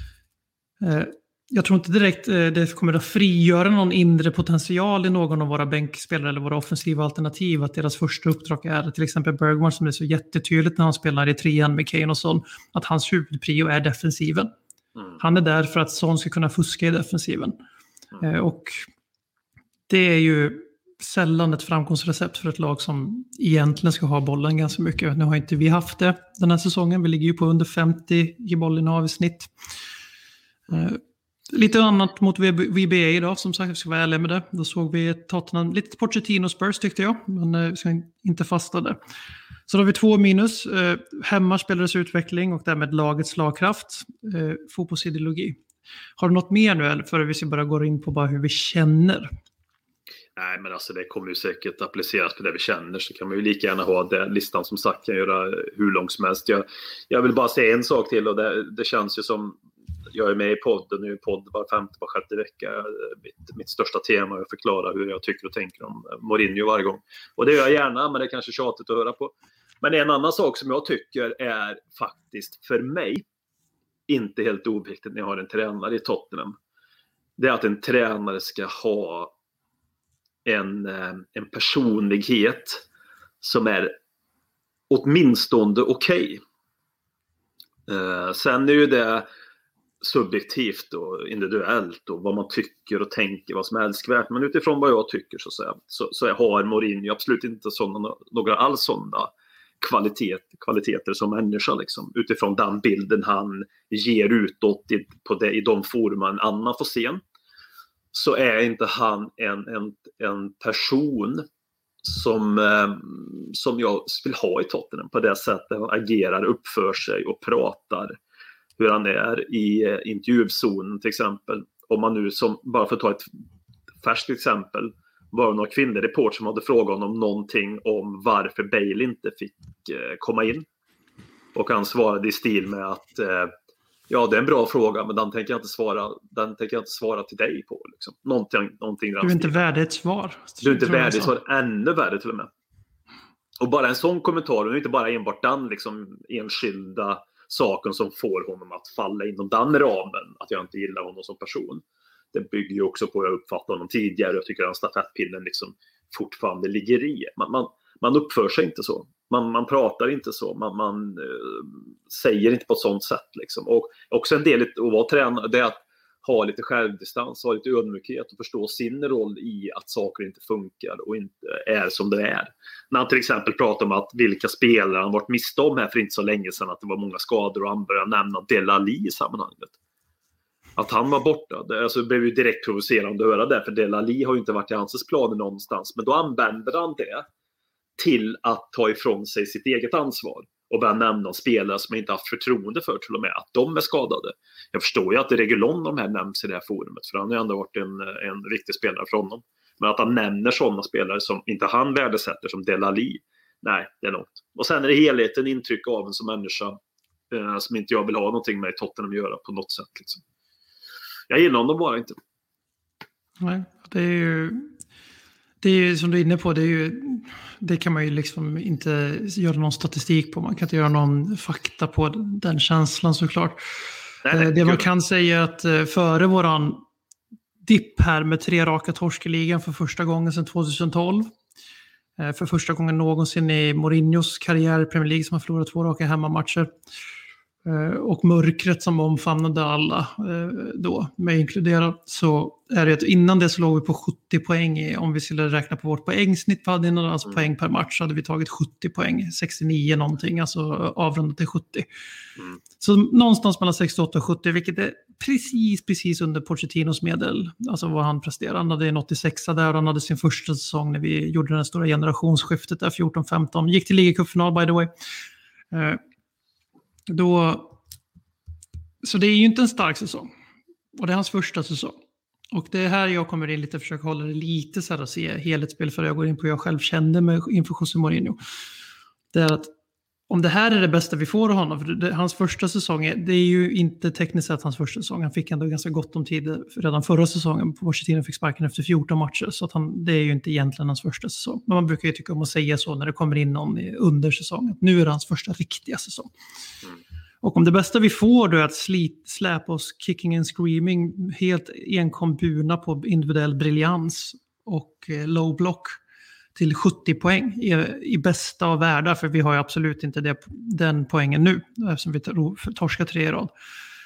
Jag tror inte direkt det kommer att frigöra någon inre potential i någon av våra bänkspelare eller våra offensiva alternativ att deras första uppdrag är till exempel Bergwijn som är så jättetydligt när han spelar i trean med Kane och Son att hans huvudprio är defensiven. Han är där för att Son ska kunna fuska i defensiven. Och det är ju sällan ett framgångsrecept för ett lag som egentligen ska ha bollen ganska mycket. Nu har inte vi haft det den här säsongen. Vi ligger ju på under 50 i bollinnehav i snitt. Lite annat mot VBA idag, som sagt, vi ska vara ärliga med det. Då såg vi Tottenham, lite Pochettino Spurs tyckte jag, men vi ska inte fasta där. Så då har vi 2 minus. Hemma spelades utveckling och därmed lagets slagkraft. Fotbollsideologi. Har du något mer nu eller för att vi ska bara gå in på bara hur vi känner? Nej, men alltså det kommer ju säkert appliceras på det vi känner, så kan man ju lika gärna ha den listan som sagt kan göra hur långt som helst. Jag vill bara säga en sak till och det känns ju som jag är med i podden nu, podd var 5:e, var 6:e vecka. Mitt största tema är att förklara hur jag tycker och tänker om Mourinho varje gång. Och det gör jag gärna, men det är kanske tjatigt att höra på. Men en annan sak som jag tycker är faktiskt för mig inte helt oviktigt när jag har en tränare i Tottenham. Det är att en tränare ska ha en personlighet som är åtminstone okej. Sen är ju det subjektivt och individuellt och vad man tycker och tänker, vad som är älskvärt. Men utifrån vad jag tycker så har Mourinho absolut inte några alls sådana kvaliteter som människa. Liksom. Utifrån den bilden han ger utåt i de forum en annan får se. Så är inte han en person som jag vill ha i Tottenham på det sättet han agerar, uppför sig och pratar. Hur han är i intervjuzonen till exempel. Om man nu, som bara för att ta ett färskt exempel, var det några kvinnliga reporter som hade frågat honom någonting om varför Bale inte fick komma in. Och han svarade i stil med att ja, det är en bra fråga, men den tänker jag inte svara till dig på. Liksom. Någonting du är inte värd ett svar. Du är inte värd ett svar, ännu värre till och med. Och bara en sån kommentar, och inte bara enbart den liksom, enskilda saken som får honom att falla inom den ramen, att jag inte gillar honom som person. Det bygger ju också på att jag uppfattade honom tidigare. Jag tycker att stafettpinnen liksom fortfarande ligger i. Man uppför sig inte så. Man pratar inte så. Man säger inte på ett sånt sätt. Liksom. Och också en del att vara tränare, det är att ha lite självdistans, ha lite ödmjukhet och förstå sin roll i att saker inte funkar och inte är som det är. När han till exempel pratar om att vilka spelare han varit miste om här för inte så länge sedan, att det var många skador, och han började nämna Dele Alli i sammanhanget. Att han var borta, det blev ju direkt provocerande att höra det, för Dele Alli har ju inte varit i hans planer någonstans, men då använder han det till att ta ifrån sig sitt eget ansvar och börja nämna spelare som inte haft förtroende för till och med, att de är skadade. Jag förstår ju att Reguilón de här nämns i det här forumet, för han har ju ändå varit en riktig spelare för honom. Men att han nämner sådana spelare som inte han värdesätter, som Dele Alli, nej, det är långt. Och sen är det helheten, intryck av en som människa som inte jag vill ha någonting med i Tottenham att göra på något sätt. Liksom. Jag gillar honom bara inte. Nej, det är ju som du är inne på, det kan man ju liksom inte göra någon statistik på. Man kan inte göra någon fakta på den känslan såklart. Nej, det man kan säga är att före våran dipp här med 3 raka torsk i ligan för första gången sedan 2012. För första gången någonsin i Mourinhos karriär i Premier League som har förlorat 2 raka hemmamatcher. Och mörkret som omfamnade alla då, med inkluderat, så är det att innan det så låg vi på 70 poäng om vi skulle räkna på vårt poängsnitt vi hade innan, alltså poäng per match, så hade vi tagit 70 poäng, 69 någonting, alltså avrundat till 70. Så någonstans mellan 68 och 70, vilket är precis under Pochettinos medel, alltså vad han presterade. Han hade en 86 där och han hade sin första säsong när vi gjorde den stora generationsskiftet där 14-15, gick till ligacupfinal by the way. Så det är ju inte en stark säsong. Och det är hans första säsong. Och det är här jag kommer in lite och försöker hålla det lite så här och se helhetsspel, för jag går in på hur jag själv kände mig inför José Mourinho. Det är att om det här är det bästa vi får av honom, för hans första säsong, det är ju inte tekniskt sett hans första säsong. Han fick ändå ganska gott om tid redan förra säsongen. Pochettino fick sparken efter 14 matcher, så att det är ju inte egentligen hans första säsong. Men man brukar ju tycka om att säga så när det kommer in någon under säsongen. Nu är det hans första riktiga säsong. Och om det bästa vi får då är att släpa oss kicking and screaming, helt enkom burna på individuell briljans och low block till 70 poäng i bästa av världar, för vi har ju absolut inte den poängen nu eftersom vi torskar 3 i rad.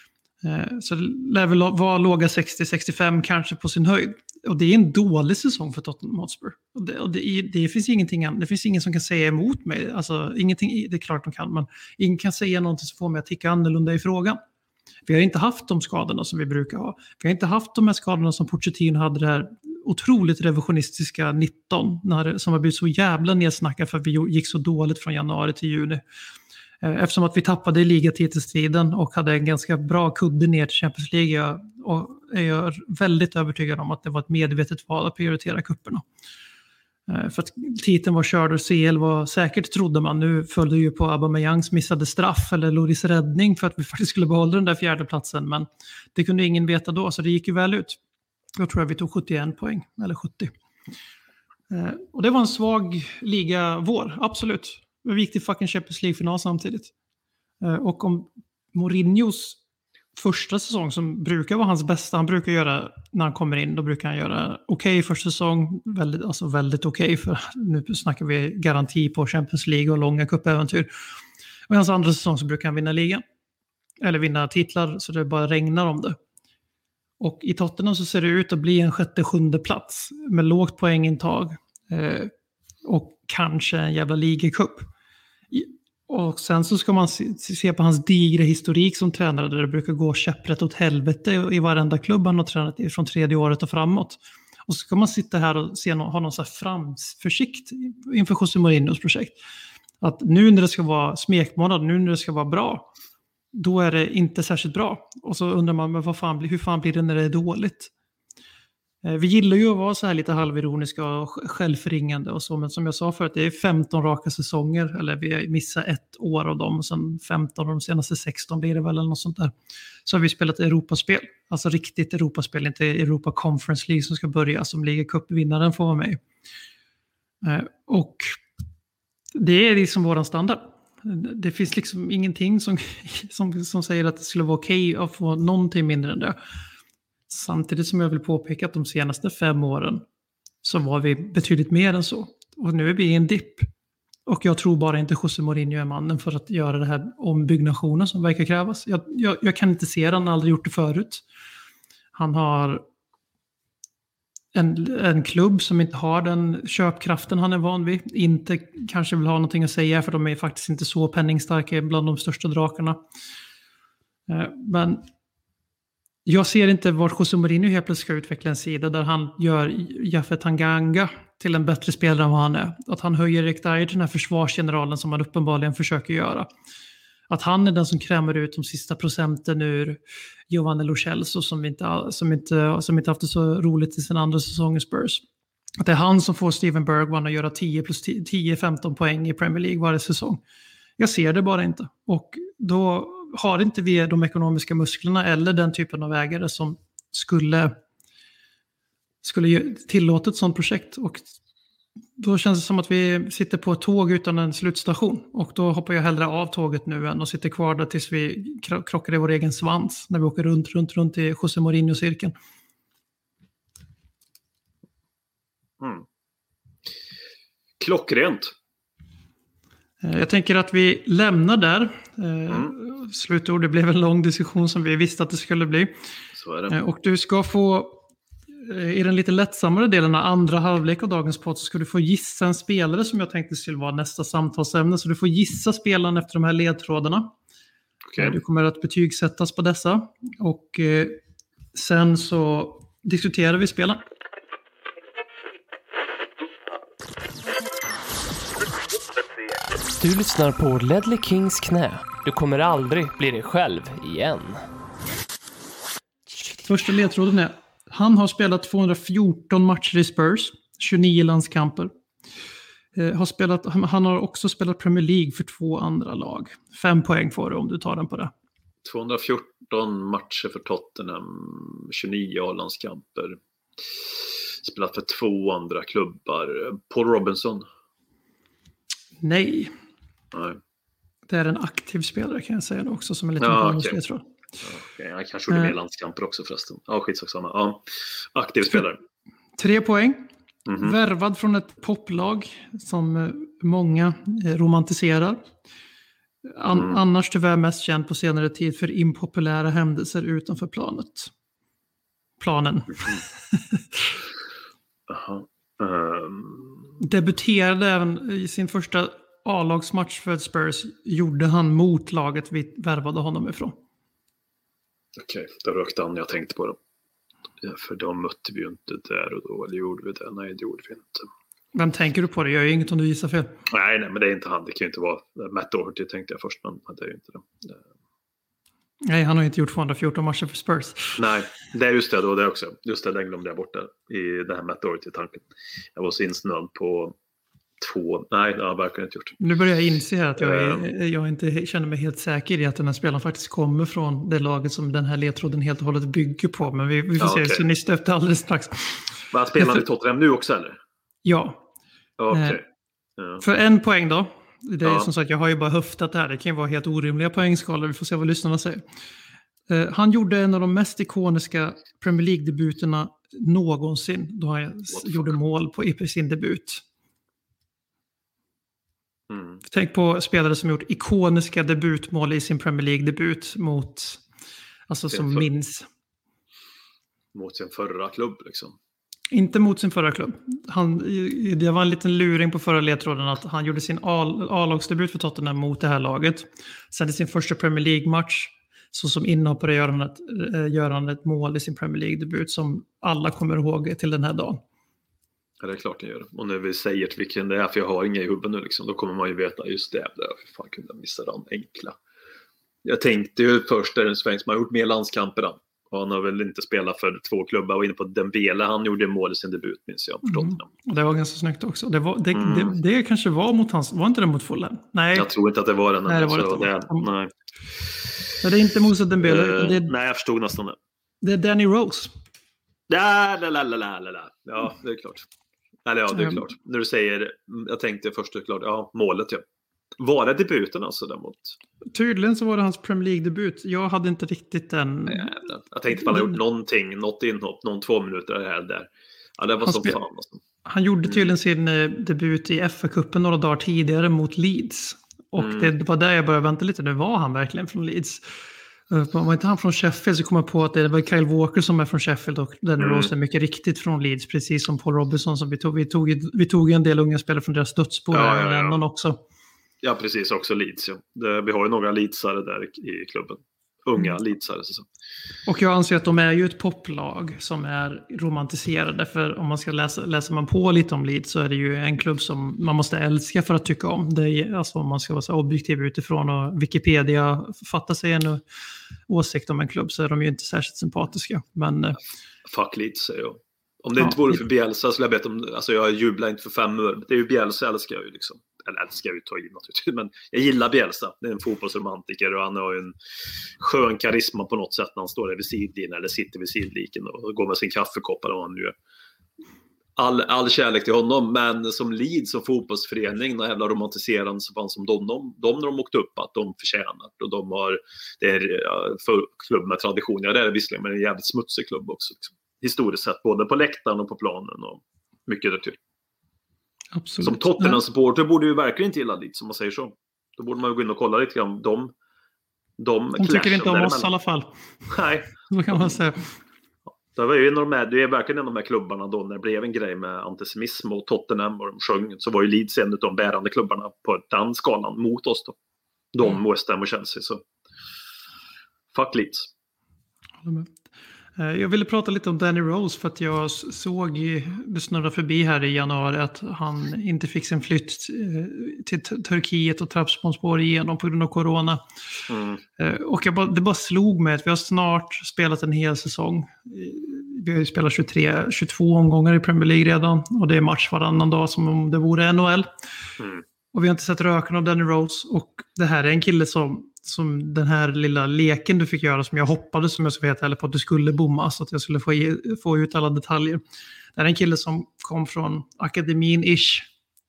Så det lär väl vara låga 60-65 kanske på sin höjd. Och det är en dålig säsong för Tottenham Hotspur. Det finns ingenting, det finns ingen som kan säga emot mig. Alltså, ingenting, det är klart de kan, men ingen kan säga någonting som får mig att tycka annorlunda i frågan. Vi har inte haft de skadorna som vi brukar ha. Vi har inte haft de här skadorna som Pochettino hade, det här otroligt revisionistiska 19, som har blivit så jävla nedsnackad för att vi gick så dåligt från januari till juni. Eftersom att vi tappade i ligatitelstriden och hade en ganska bra kudde ner till Champions League, och är jag väldigt övertygad om att det var ett medvetet val att prioritera kupperna. För att titeln var körd och CL var säkert, trodde man. Nu följde ju på Aubameyangs missade straff eller Loris räddning för att vi faktiskt skulle behålla den där 4:e platsen, men det kunde ingen veta då, så det gick ju väl ut. Då tror jag vi tog 71 poäng, eller 70. Och det var en svag liga vår, absolut. Vi gick till fucking Champions League-final samtidigt. Och om Mourinhos första säsong, som brukar vara hans bästa, han brukar göra, när han kommer in, då brukar han göra okej första säsong, väldigt okej, för nu snackar vi garanti på Champions League och långa cupäventyr. Och i hans andra säsong så brukar han vinna ligan, eller vinna titlar så det bara regnar om det. Och i Tottenham så ser det ut att bli en 6:e-7:e plats med lågt poängintag och kanske en jävla ligacup. Och sen så ska man se på hans digra historik som tränare, där det brukar gå käpprätt åt helvete i varenda klubb han har tränat i från 3:e året och framåt. Och så ska man sitta här och ha någon så här framförsikt inför José Mourinhos projekt. Att nu när det ska vara smekmånad, nu när det ska vara bra, då är det inte särskilt bra. Och så undrar man, men hur fan blir det när det är dåligt? Vi gillar ju att vara så här lite halvironiska och självförringande och så, men som jag sa förut, det är 15 raka säsonger, eller vi missar 1 år av dem, och sen 15 av de senaste 16 blir det väl, eller något sånt där. Så har vi spelat Europaspel, alltså riktigt Europaspel, inte Europa Conference League som ska börja, som ligacupvinnaren får vara med. Och det är liksom våran standard. Det finns liksom ingenting som säger att det skulle vara okej att få någonting mindre än det. Samtidigt som jag vill påpeka att de senaste 5 åren så var vi betydligt mer än så. Och nu är vi i en dipp. Och jag tror bara inte José Mourinho är mannen för att göra det här ombyggnationen som verkar krävas. Jag kan inte se det, han har aldrig gjort det förut. Han har en klubb som inte har den köpkraften han är van vid. Inte kanske vill ha någonting att säga, för de är faktiskt inte så penningstarka bland de största drakarna. Men jag ser inte var José Mourinho helt plötsligt ska utveckla en sida där han gör Jaffe Tanganga till en bättre spelare än vad han är. Att han höjer Erik Dyer till den här försvarsgeneralen som han uppenbarligen försöker göra. Att han är den som krämer ut de sista procenten ur Giovanni Lo Celso som inte haft det så roligt i sin andra säsong i Spurs. Att det är han som får Steven Bergwijn att göra 10+10-15 poäng i Premier League varje säsong. Jag ser det bara inte. Och då har inte vi de ekonomiska musklerna eller den typen av ägare som skulle tillåta ett sådant projekt. Och då känns det som att vi sitter på ett tåg utan en slutstation. Och då hoppar jag hellre av tåget nu än att sitta kvar där tills vi krockar i vår egen svans när vi åker runt i José Mourinho-cirkeln. Klockrent. Jag tänker att vi lämnar där. Slutord, det blev en lång diskussion som vi visste att det skulle bli. Så är det. Och du ska få, i den lite lättsammare delen av andra halvlek av dagens podd, så ska du få gissa en spelare som jag tänkte skulle vara nästa samtalsämne. Så du får gissa spelaren efter de här ledtrådarna. Okay. Du kommer att betygsättas på dessa. Och sen så diskuterar vi spelaren. Du lyssnar på Ledley Kings knä. Du kommer aldrig bli dig själv igen. Första ledtråden är: han har spelat 214 matcher i Spurs, 29 landskamper. Han har också spelat Premier League för 2 andra lag. 5 poäng får du om du tar den på det. 214 matcher för Tottenham, 29 A-landskamper. Spelat för 2 andra klubbar. Paul Robinson. Nej. Nej. Det är en aktiv spelare kan jag säga också, som är lite bonusledtråd. Okay. Jag kanske gjorde mer landskamper också förresten. Ja, skitsamma. Ja. Aktiv spelare. 3 poäng. Värvad från ett poplag som många romantiserar. Annars tyvärr mest känd på senare tid för impopulära händelser utanför planen. Debuterade även i sin första A-lagsmatch för Spurs. Gjorde han mot laget vi värvade honom ifrån. Okej, då rökte han. Jag tänkte på det. Ja, för de mötte vi ju inte där och då. Eller gjorde vi det? Nej, det gjorde vi inte. Vem tänker du på? Det gör ju inget om du gissar fel. Nej, men det är inte han. Det kan ju inte vara Matt Doherty, tänkte jag först. Men det är ju inte det. Nej, han har inte gjort 214 matcher för Spurs. Nej, det är just det då. Det också. Just det, den glömde jag bort där. I det här Matt Doherty-tanken. Jag var så insnöd på 2. Nej, det har jag verkligen inte gjort. Nu börjar jag inse att jag inte känner mig helt säker i att den här spelaren faktiskt kommer från det laget som den här ledtråden helt och hållet bygger på. Men vi får se så nyss efter alldeles strax. Men spelar han i Tottenham nu också eller? Ja. Okej. För 1 poäng då. Det är som sagt, jag har ju bara höftat det här. Det kan ju vara helt orimliga poängskalor. Vi får se vad lyssnarna säger. Han gjorde en av de mest ikoniska Premier League-debuterna någonsin. Då han gjorde mål i sin debut. Tänk på spelare som gjort ikoniska debutmål i sin Premier League-debut mot, alltså som minns. Mot sin förra klubb liksom. Inte mot sin förra klubb. Det var en liten luring på förra ledtråden att han gjorde sin A-lagsdebut för Tottenham mot det här laget. Sen i sin första Premier League-match, så som inhoppare gör han ett mål i sin Premier League-debut som alla kommer ihåg till den här dagen. Ja, det är klart det gör. Och när vi säger till vilken det är, för jag har inga i huvudet nu liksom, då kommer man ju veta just det. Hur fan kunde jag missa den enkla? Jag tänkte ju först att en svensk som har gjort mer landskamper då. Och han har väl inte spelat för 2 klubbar. Och inne på Dembele, han gjorde mål i sin debut, minns jag. Det var ganska snyggt också. Det kanske var mot hans... Var inte det mot Fulham? Nej. Jag tror inte att det var den. Nej, det var det inte. Nej. Det är inte Moussa Dembele. Nej, jag förstod nästan det. Det är Danny Rose. Ja, det är klart. Eller ja, det är klart. När du säger... Jag tänkte först, det är klart. Ja, målet, ja. Var det debuten alltså däremot? Tydligen så var det hans Premier League-debut. Jag hade inte riktigt den... Nej, jag tänkte att han gjort någonting, något inhopp, 2 minuter här där. Ja, det var så fan. Alltså. Han gjorde tydligen sin debut i FA-cupen några dagar tidigare mot Leeds. Och det var där jag började vänta lite. Nu var han verkligen från Leeds. Var inte han från Sheffield så kom jag på att det var Kyle Walker som är från Sheffield och Danny Rose är mycket riktigt från Leeds, precis som Paul Robinson som vi tog en del unga spelare från deras dödsbo Lennon också. Ja, precis, också Leeds. Ja. Vi har ju några Leedsare där i klubben. Unga Leedsare. Så. Och jag anser att de är ju ett poplag som är romantiserade. För om man ska läser man på lite om Leeds så är det ju en klubb som man måste älska för att tycka om. Det är, alltså om man ska vara så objektiv utifrån och Wikipedia fattar sig en åsikt om en klubb så är de ju inte särskilt sympatiska. Men, fuck Leeds säger jag. Om det inte vore för Bielsa skulle jag bett om, alltså jag jublar inte för 5 år. Det är ju Bielsa älskar jag ju liksom. Eller älskar jag ju ta i naturligtvis, men jag gillar Bielsa. Det är en fotbollsromantiker och han har ju en skön karisma på något sätt när han står där vid sidlinjen eller sitter vid sidliken och går med sin kaffekopp eller vad han gör. All kärlek till honom, men som Leeds som fotbollsförening, den jävla romantiserande som fanns som de när de åkte upp att de förtjänar och de har, det är för klubb med tradition, ja det är det visserligen, men det är en jävligt smutsig klubb också liksom. Historiskt sett, både på läktaren och på planen och mycket därtill. Absolut. Som Tottenham-supporter borde ju verkligen inte gilla dit, som man säger så. Då borde man ju gå in och kolla lite grann. De tycker inte om oss i alla fall. Nej. Så kan man säga. Det är verkligen en av de här klubbarna då när det blev en grej med antisemitism och Tottenham och de sjöng, så var ju Leeds en av de bärande klubbarna på den skalan mot oss då. West Ham och Chelsea, så fuck Leeds. Jag ville prata lite om Danny Rose för att jag såg det snurra förbi här i januari att han inte fick sin flytt till Turkiet och Trabzonspor igenom på grund av corona. Och det bara slog mig att vi har snart spelat en hel säsong. Vi har ju spelat 22 omgångar i Premier League redan och det är match varannan dag som om det vore NHL. Och vi har inte sett röken av Danny Rose och det här är en kille som den här lilla leken du fick göra som jag hoppades, som jag så vet, eller på att du skulle bomma så att jag skulle få ut alla detaljer. Det är en kille som kom från akademin-ish,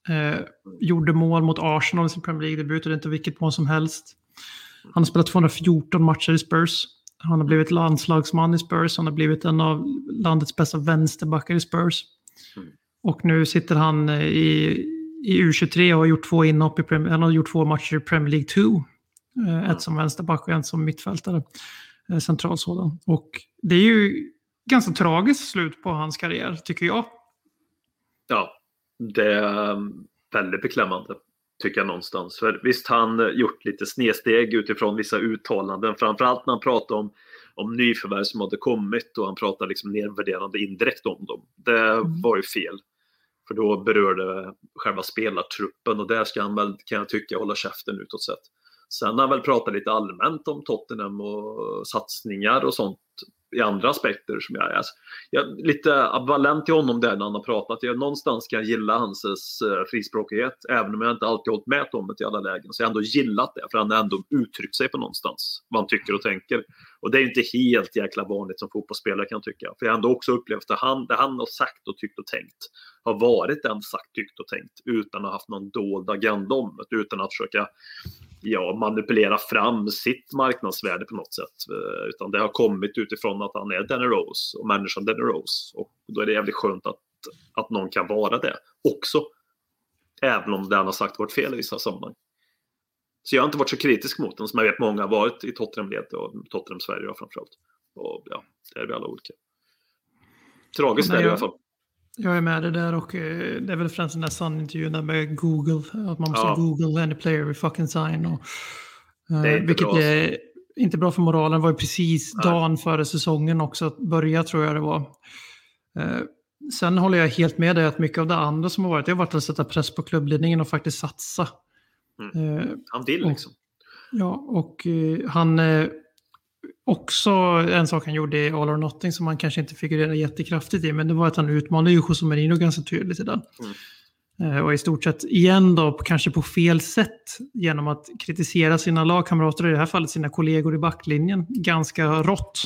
gjorde mål mot Arsenal i sin Premier League-debut och det är inte vilket mål som helst. Han har spelat 214 matcher i Spurs. Han har blivit landslagsman i Spurs. Han har blivit en av landets bästa vänsterbackar i Spurs. Och nu sitter han i U23 och har gjort 2 inhopp i han har gjort 2 matcher i Premier League 2. Ett som vänsterback och en som mittfältare. Central sådan. Och det är ju ganska tragiskt slut på hans karriär, tycker jag. Ja, det är väldigt beklämmande, tycker jag någonstans. För visst, han gjort lite snedsteg utifrån vissa uttalanden. Framförallt när han pratade om nyförvärv som hade kommit och han pratade liksom nedvärderande indirekt om dem. Det var ju fel. För då berörde själva spelartruppen och där ska han väl, kan jag tycka, hålla käften utåt sett. Sen har han väl pratat lite allmänt om Tottenham och satsningar och sånt i andra aspekter som jag är. Jag är lite ambivalent till honom där när han har pratat. Jag någonstans kan jag gilla hans frispråkighet, även om jag inte alltid hållit med om det i alla lägen. Så jag har ändå gillat det, för han har ändå uttryckt sig på någonstans, vad han tycker och tänker. Och det är inte helt jäkla vanligt som fotbollsspelare, kan jag tycka. För jag har ändå också upplevt att det han har sagt och tyckt och tänkt har varit en sagt, tyckt och tänkt utan att ha haft någon dold agenda om det, utan att försöka manipulera fram sitt marknadsvärde på något sätt. Utan det har kommit utifrån att han är Danny Rose och människan Danny Rose. Och då är det jävligt skönt att någon kan vara det också. Även om det han har sagt varit fel i vissa sammanhang. Så jag har inte varit så kritisk mot den som jag vet många har varit i Tottenham-led och Tottenham-Sverige framförallt. Och ja, det är vi alla olika. Tragiskt är det i alla fall. Jag är med det där och det är väl främst den där sannintervjun med Google. Att man måste Google any player we fucking sign. Och, vilket bra. Är inte bra för moralen. Det var ju precis dagen före säsongen också att börja, tror jag det var. Sen håller jag helt med dig att mycket av det andra som har varit, det har varit att sätta press på klubbledningen och faktiskt satsa. Han vill liksom. Och han... Också en sak han gjorde i All or Nothing som man kanske inte figurerar jättekraftigt i, men det var att han utmanade ju José Mourinho ganska tydligt i den. Och i stort sett igen då kanske på fel sätt genom att kritisera sina lagkamrater, i det här fallet sina kollegor i backlinjen, ganska rått.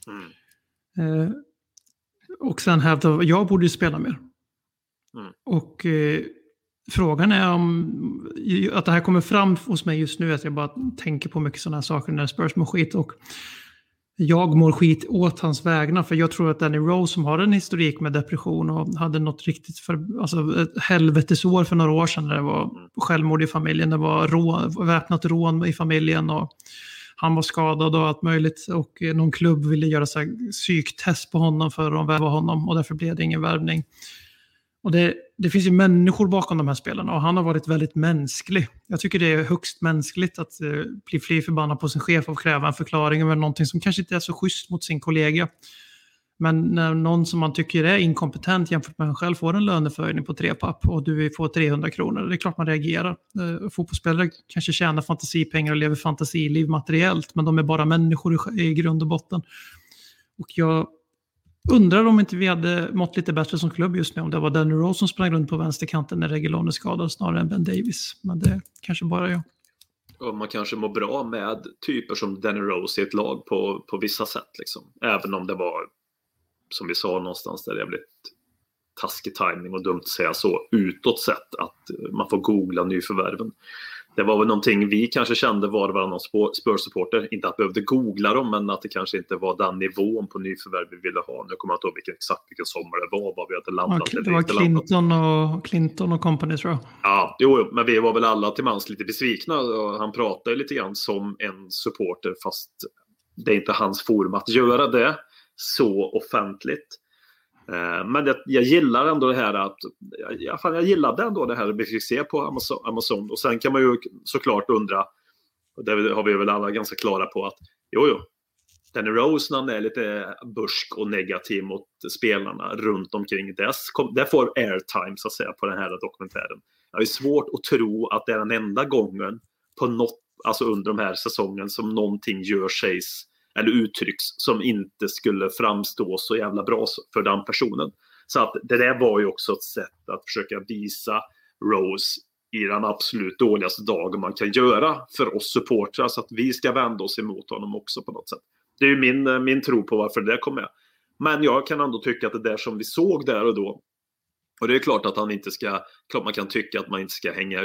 Och sen hävdade jag borde ju spela mer. Och frågan är om att det här kommer fram hos mig just nu, att jag bara tänker på mycket sådana här saker när Spurs mår skit, och jag mår skit åt hans vägnar, för jag tror att Danny Rose, som har en historik med depression och hade något riktigt ett helvetesår för några år sedan när det var självmord i familjen, det var väpnat rån i familjen och han var skadad och allt möjligt. Och någon klubb ville göra så här psyktest på honom för att värva honom. Och därför blev det ingen värvning. Och det finns ju människor bakom de här spelarna och han har varit väldigt mänsklig. Jag tycker det är högst mänskligt att bli fly förbannad på sin chef och kräva en förklaring över någonting som kanske inte är så schysst mot sin kollega. Men när någon som man tycker är inkompetent jämfört med en själv får en löneförhöjning på 3 papp och du får 300 kronor, det är klart man reagerar. Fotbollsspelare kanske tjänar fantasipengar och lever fantasiliv materiellt, men de är bara människor i grund och botten. Och jag undrar om inte vi hade mått lite bättre som klubb just nu om det var Danny Rose som sprang runt på vänsterkanten när Reguilón är skadad snarare än Ben Davies. Men det kanske bara jag. Och man kanske mår bra med typer som Danny Rose i ett lag på vissa sätt. Liksom. Även om det var, som vi sa någonstans, där det blivit taskig timing och dumt att säga så utåt sett att man får googla nyförvärven. Det var väl någonting vi kanske kände var varannan Spurs-supporter. Inte att vi behövde googla dem, men att det kanske inte var den nivån på nyförvärv vi ville ha. Nu kommer jag inte ihåg vilken sommar det var, vad vi hade landat. Ja, det var Clinton och company, tror jag. Ja, jo, men vi var väl alla till mans lite besvikna. Och han pratade lite grann som en supporter, fast det är inte hans forum att göra det så offentligt. Men jag gillar ändå det här att jag gillade ändå det här vi fick se på Amazon. Och sen kan man ju såklart undra, och det har vi väl alla ganska klara på, att jo, Danny Rose när han är lite bursk och negativ mot spelarna runt omkring det får airtime så att säga på den här dokumentären. Jag är svårt att tro att det är den enda gången på något, alltså under de här säsongen som någonting sägs eller uttrycks som inte skulle framstå så jävla bra för den personen. Så att det där var ju också ett sätt att försöka visa Rose i den absolut dåligaste dagen man kan göra för oss supportrar, så att vi ska vända oss emot honom också på något sätt. Det är ju min tro på varför det kommer med. Men jag kan ändå tycka att det där som vi såg där och då, och det är klart att man kan tycka att man inte ska hänga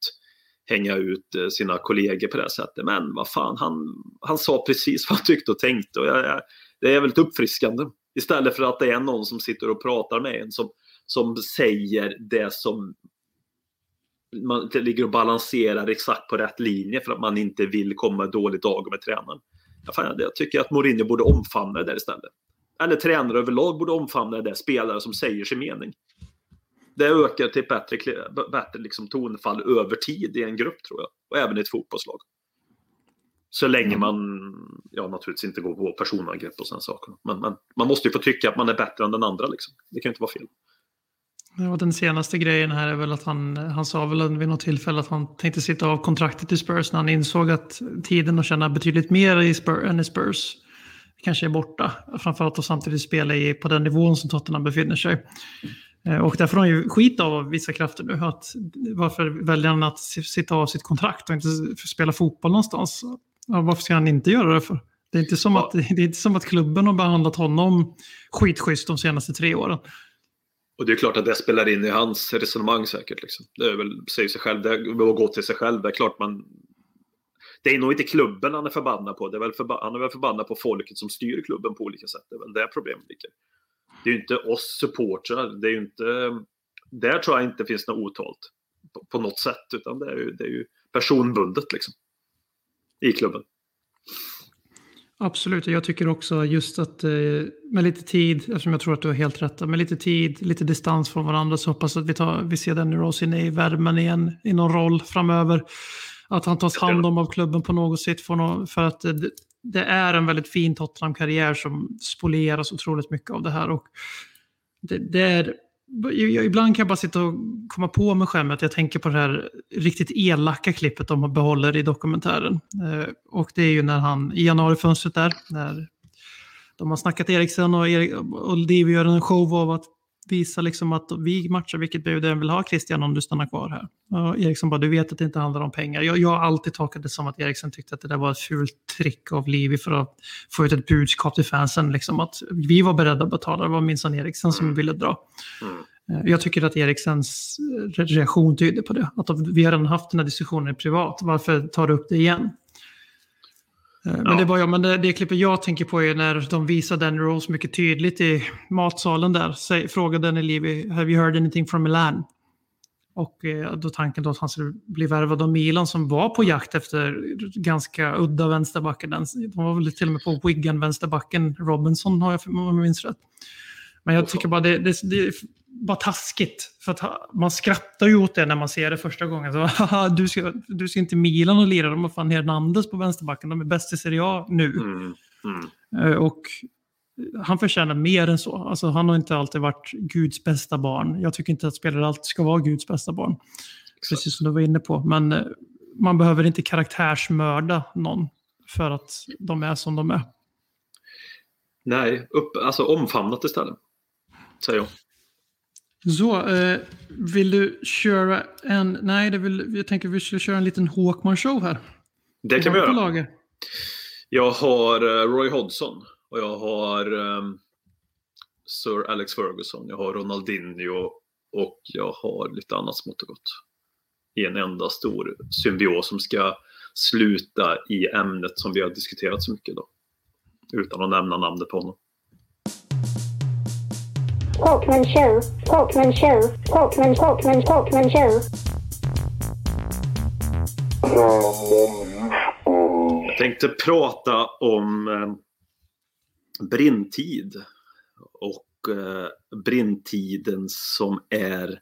ut sina kollegor på det sättet. Men vad fan, han sa precis vad han tyckte och tänkte. Och det är väldigt uppfriskande. Istället för att det är någon som sitter och pratar med en som säger det som man ligger och balanserar exakt på rätt linje för att man inte vill komma dåligt dag med tränaren. Jag tycker att Mourinho borde omfamna det där istället. Eller tränare överlag borde omfamna det, spelare som säger sin mening. Det ökar till bättre liksom tonfall över tid i en grupp, tror jag. Och även i ett fotbollslag. Så länge man naturligtvis inte går på personangrepp och sådana saker. Men man måste ju få tycka att man är bättre än den andra. Liksom. Det kan ju inte vara fel. Ja, den senaste grejen här är väl att han sa väl vid något tillfälle att han tänkte sitta av kontraktet i Spurs när han insåg att tiden att tjäna betydligt mer än i Spurs kanske är borta. Framförallt att samtidigt spela på den nivån som Tottenham befinner sig. Och därför har han ju skit av vissa krafter nu. Varför väljer han att sitta av sitt kontrakt och inte spela fotboll någonstans? Ja, varför ska han inte göra det för? Det är inte som att klubben har behandlat honom skitschysst de senaste 3 åren. Och det är klart att det spelar in i hans resonemang säkert. Liksom. Det är väl, säger sig själv, det är gå till sig själv. Det är klart det är nog inte klubben han är förbannad på. Han är väl förbannad på folket som styr klubben på olika sätt. Det är väl det problemet ligger. Det är ju inte oss supportrar. Det är ju inte, där tror jag inte finns något otalt på något sätt. Utan det är ju personbundet liksom, i klubben. Absolut, jag tycker också just att med lite tid, eftersom jag tror att du har helt rätt, med lite tid, lite distans från varandra, så hoppas att vi ser Danny Rose inne i värmen igen i någon roll framöver. Att han tas hand om av klubben på något sätt för att det är en väldigt fin Tottenham-karriär som spolieras otroligt mycket av det här. Och det är, ibland kan jag bara sitta och komma på mig själv att jag tänker på det här riktigt elaka klippet de behåller i dokumentären. Och det är ju när han i januarifönstret där, när de har snackat Eriksen och Liv gör en show av att visa liksom att vi matchar vilket bud den vill ha, Christian, om du stannar kvar här. Och Eriksen bara, du vet att det inte handlar om pengar. Jag har alltid tolkat det som att Eriksen tyckte att det där var ett fult trick av Livi för att få ut ett budskap till fansen. Liksom att vi var beredda att betala, det var minsann Eriksen som ville dra. Jag tycker att Eriksens reaktion tyder på det. Att vi har redan haft den här diskussionen privat. Varför tar du upp det igen? Men det klippet jag tänker på är när de visar Danny Rose mycket tydligt i matsalen där. Frågar Danny Levy, have you heard anything from Milan? Och då tanken då att han skulle bli värvad av Milan som var på jakt efter ganska udda vänsterbacken. De var väl till och med på Wigan-vänsterbacken Robinson har jag om jag minns rätt. Men jag tycker bara det är bara taskigt. För att man skrattar ju åt det när man ser det första gången. Så, du ska inte Milan och lira, de har fan Hernandez på vänsterbacken. De är bäst i Serie A nu. Och han förtjänar mer än så. Alltså, han har inte alltid varit Guds bästa barn. Jag tycker inte att spelare alltid ska vara Guds bästa barn. Precis som du var inne på. Men man behöver inte karaktärsmörda någon för att de är som de är. Nej, alltså omfamnat istället, säger jag. Så, vill du köra en... Nej, jag tänker vi skulle köra en liten Håkman-show här. Det kan vi göra. Lager. Jag har Roy Hodgson och jag har Sir Alex Ferguson. Jag har Ronaldinho och jag har lite annat smått och gott. I en enda stor symbios som ska sluta i ämnet som vi har diskuterat så mycket då. Utan att nämna namnet på honom. Håkman Show, Håkman Show, Håkman Show. Jag tänkte prata om brintid och brintiden som är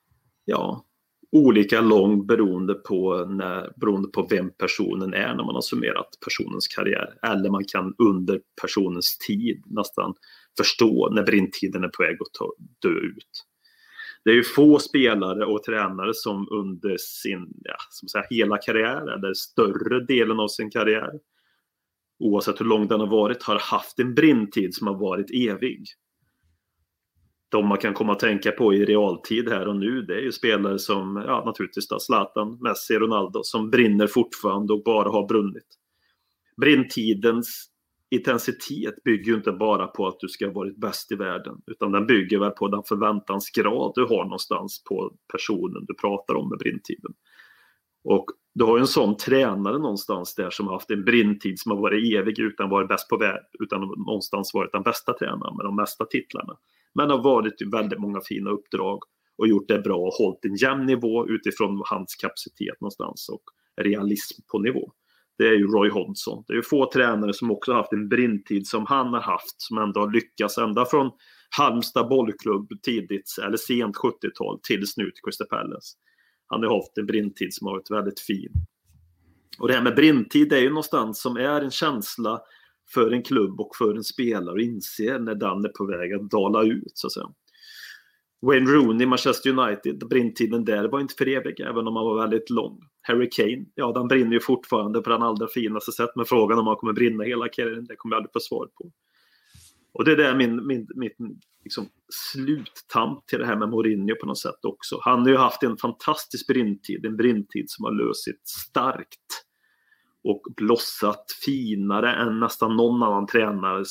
olika lång beroende på vem personen är när man har summerat personens karriär. Eller man kan under personens tid nästan förstå när brintiden är på väg att dö ut. Det är ju få spelare och tränare som under sin hela karriär eller större delen av sin karriär, oavsett hur lång den har varit, har haft en brintid som har varit evig. De man kan komma att tänka på i realtid här och nu, det är ju spelare som, naturligtvis då, Zlatan, Messi, Ronaldo, som brinner fortfarande och bara har brunnit. Brintidens intensitet bygger ju inte bara på att du ska ha varit bäst i världen, utan den bygger väl på den förväntansgrad du har någonstans på personen du pratar om med brintiden. Och du har ju en sån tränare någonstans där som har haft en brintid som har varit evig utan varit bäst på värld, utan någonstans varit den bästa tränaren med de mesta titlarna. Men har varit i väldigt många fina uppdrag och gjort det bra och hållit en jämn nivå utifrån hans kapacitet någonstans och realism på nivå. Det är ju Roy Hodgson. Det är ju få tränare som också haft en brintid som han har haft, som ändå har lyckats ända från Halmstad bollklubb tidigt eller sent 70-tal tills nu till Crystal Palace. Han har haft en brintid som har varit väldigt fin. Och det här med brintid är ju någonstans som är en känsla för en klubb och för en spelare att inse när den är på väg att dala ut, så att säga. Wayne Rooney, Manchester United, brintiden där var inte för evig, även om han var väldigt lång. Harry Kane, den brinner ju fortfarande på den allra finaste sätt, men frågan om han kommer brinna hela karriären, det kommer jag aldrig få svar på. Och det är där mitt liksom, sluttamp till det här med Mourinho på något sätt också. Han har ju haft en fantastisk brintid, en brintid som har lösit starkt och blossat finare än nästan någon annan tränare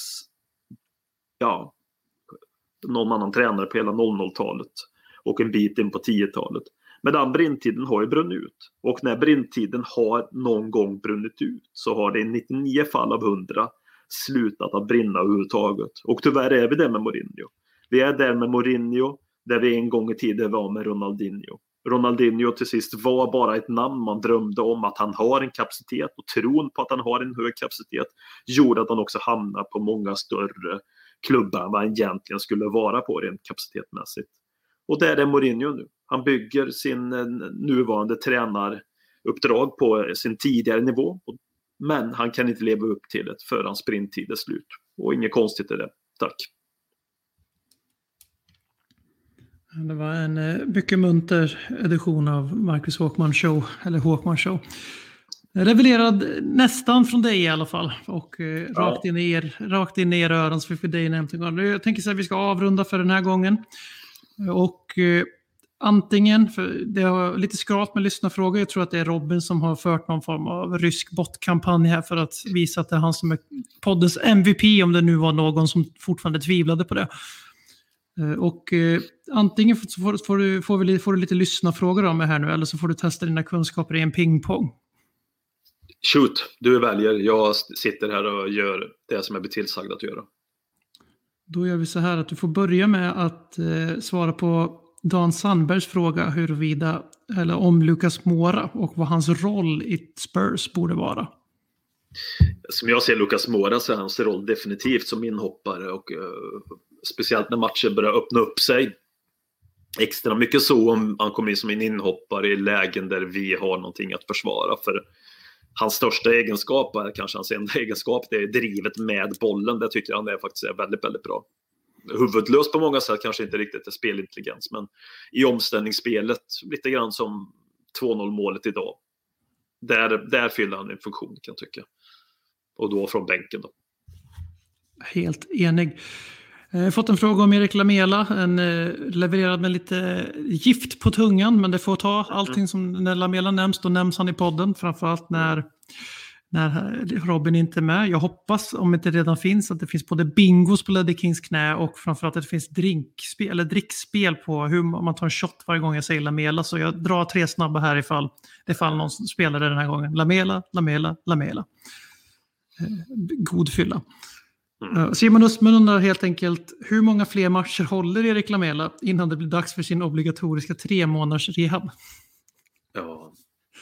på hela 00-talet och en bit in på 10-talet. Men den brintiden har ju brunnit ut. Och när brintiden har någon gång brunnit ut så har det i 99 fall av 100 slutat att brinna överhuvudtaget. Och tyvärr är vi där med Mourinho. Vi är där med Mourinho där vi en gång i tiden var med Ronaldinho. Ronaldinho till sist var bara ett namn man drömde om att han har en kapacitet, och tron på att han har en hög kapacitet gjorde att han också hamnar på många större klubbar än vad han egentligen skulle vara på rent kapacitetmässigt. Och där är Mourinho nu. Han bygger sin nuvarande tränaruppdrag på sin tidigare nivå, men han kan inte leva upp till det för hans sprintid är slut. Och inget konstigt i det. Tack. Det var en mycket munter edition av Marcus Håkman Show, eller Håkman Show. Levererad nästan från dig i alla fall, och rakt in i er öron, så vi får dig nämligen. Jag tänker så att vi ska avrunda för den här gången. Och antingen, för det har lite skrat med lyssnarfrågor, jag tror att det är Robin som har fört någon form av rysk botkampanj här för att visa att det är han som är poddens MVP, om det nu var någon som fortfarande tvivlade på det. Och antingen får du lite lyssnarfrågor om det här nu, eller så får du testa dina kunskaper i en pingpong. Shoot, du väljer. Jag sitter här och gör det som jag blir tillsagd att göra. Då gör vi så här att du får börja med att svara på Dan Sandbergs fråga om Lucas Moura och vad hans roll i Spurs borde vara. Som jag ser Lucas Moura så är hans roll definitivt som inhoppare och speciellt när matchen börjar öppna upp sig. Extra mycket så om han kommer in som en inhoppare i lägen där vi har någonting att försvara. För hans största egenskap, kanske hans enda egenskap, det är drivet med bollen. Det tycker jag faktiskt är väldigt, väldigt bra. Huvudlös på många sätt, kanske inte riktigt är spelintelligens, men i omställningsspelet lite grann som 2-0 målet idag. Där fyller han en funktion, kan jag tycka. Och då från bänken då. Helt enig. Jag har fått en fråga om Erik Lamela, levererad med lite gift på tungan, men det får ta allting som när Lamela nämns, då nämns han i podden, framförallt när Robin inte är med. Jag hoppas, om det inte redan finns, att det finns både bingos på Ledley Kings knä och framförallt att det finns drickspel på hur man tar en shot varje gång jag säger Lamela, så jag drar 3 snabba här ifall någon spelar det den här gången. Lamela. God fylla. Simon Östman undrar helt enkelt, hur många fler matcher håller Erik Lamela innan det blir dags för sin obligatoriska 3 månaders rehab? Ja,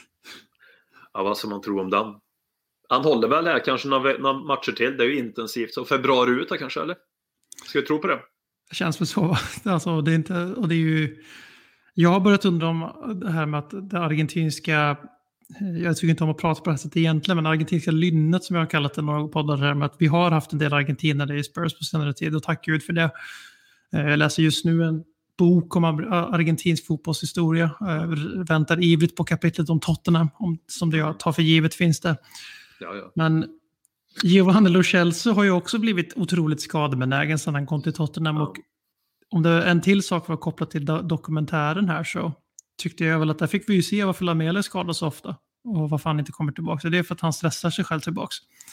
vad ska man tro om den? Han håller väl här kanske några matcher till. Det är ju intensivt. Så februari ut kanske, eller? Ska vi tro på det? Det känns väl så. Alltså, det är inte, och det är ju, jag har börjat undra om det här med att det argentinska, jag tycker inte om att prata på det här sättet egentligen, men argentinska lynnet som jag har kallat det några poddar här, med att vi har haft en del argentinare i Spurs på senare tid, och tack Gud för det. Jag läser just nu en bok om argentinsk fotbollshistoria. Väntar ivrigt på kapitlet om Tottenham, som det jag tar för givet finns det. Ja. Men Giovanni Lo Celso har ju också blivit otroligt skadebenägen sedan han kom till Tottenham. Och om det en till sak var kopplat till dokumentären här, så tyckte jag väl att där fick vi ju se varför Lamela skadas så ofta och varför han inte kommer tillbaka. Så det är för att han stressar sig själv tillbaka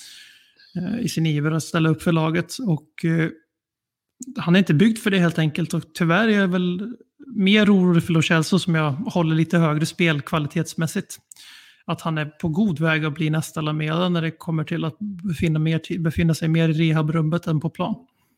i sin iver att ställa upp för laget. Och han är inte byggd för det helt enkelt. Och tyvärr är jag väl mer orolig för Lo Celso, som jag håller lite högre spelkvalitetsmässigt. Att han är på god väg att bli nästa Lamela när det kommer till att befinna sig mer i rehabrummet än på plan.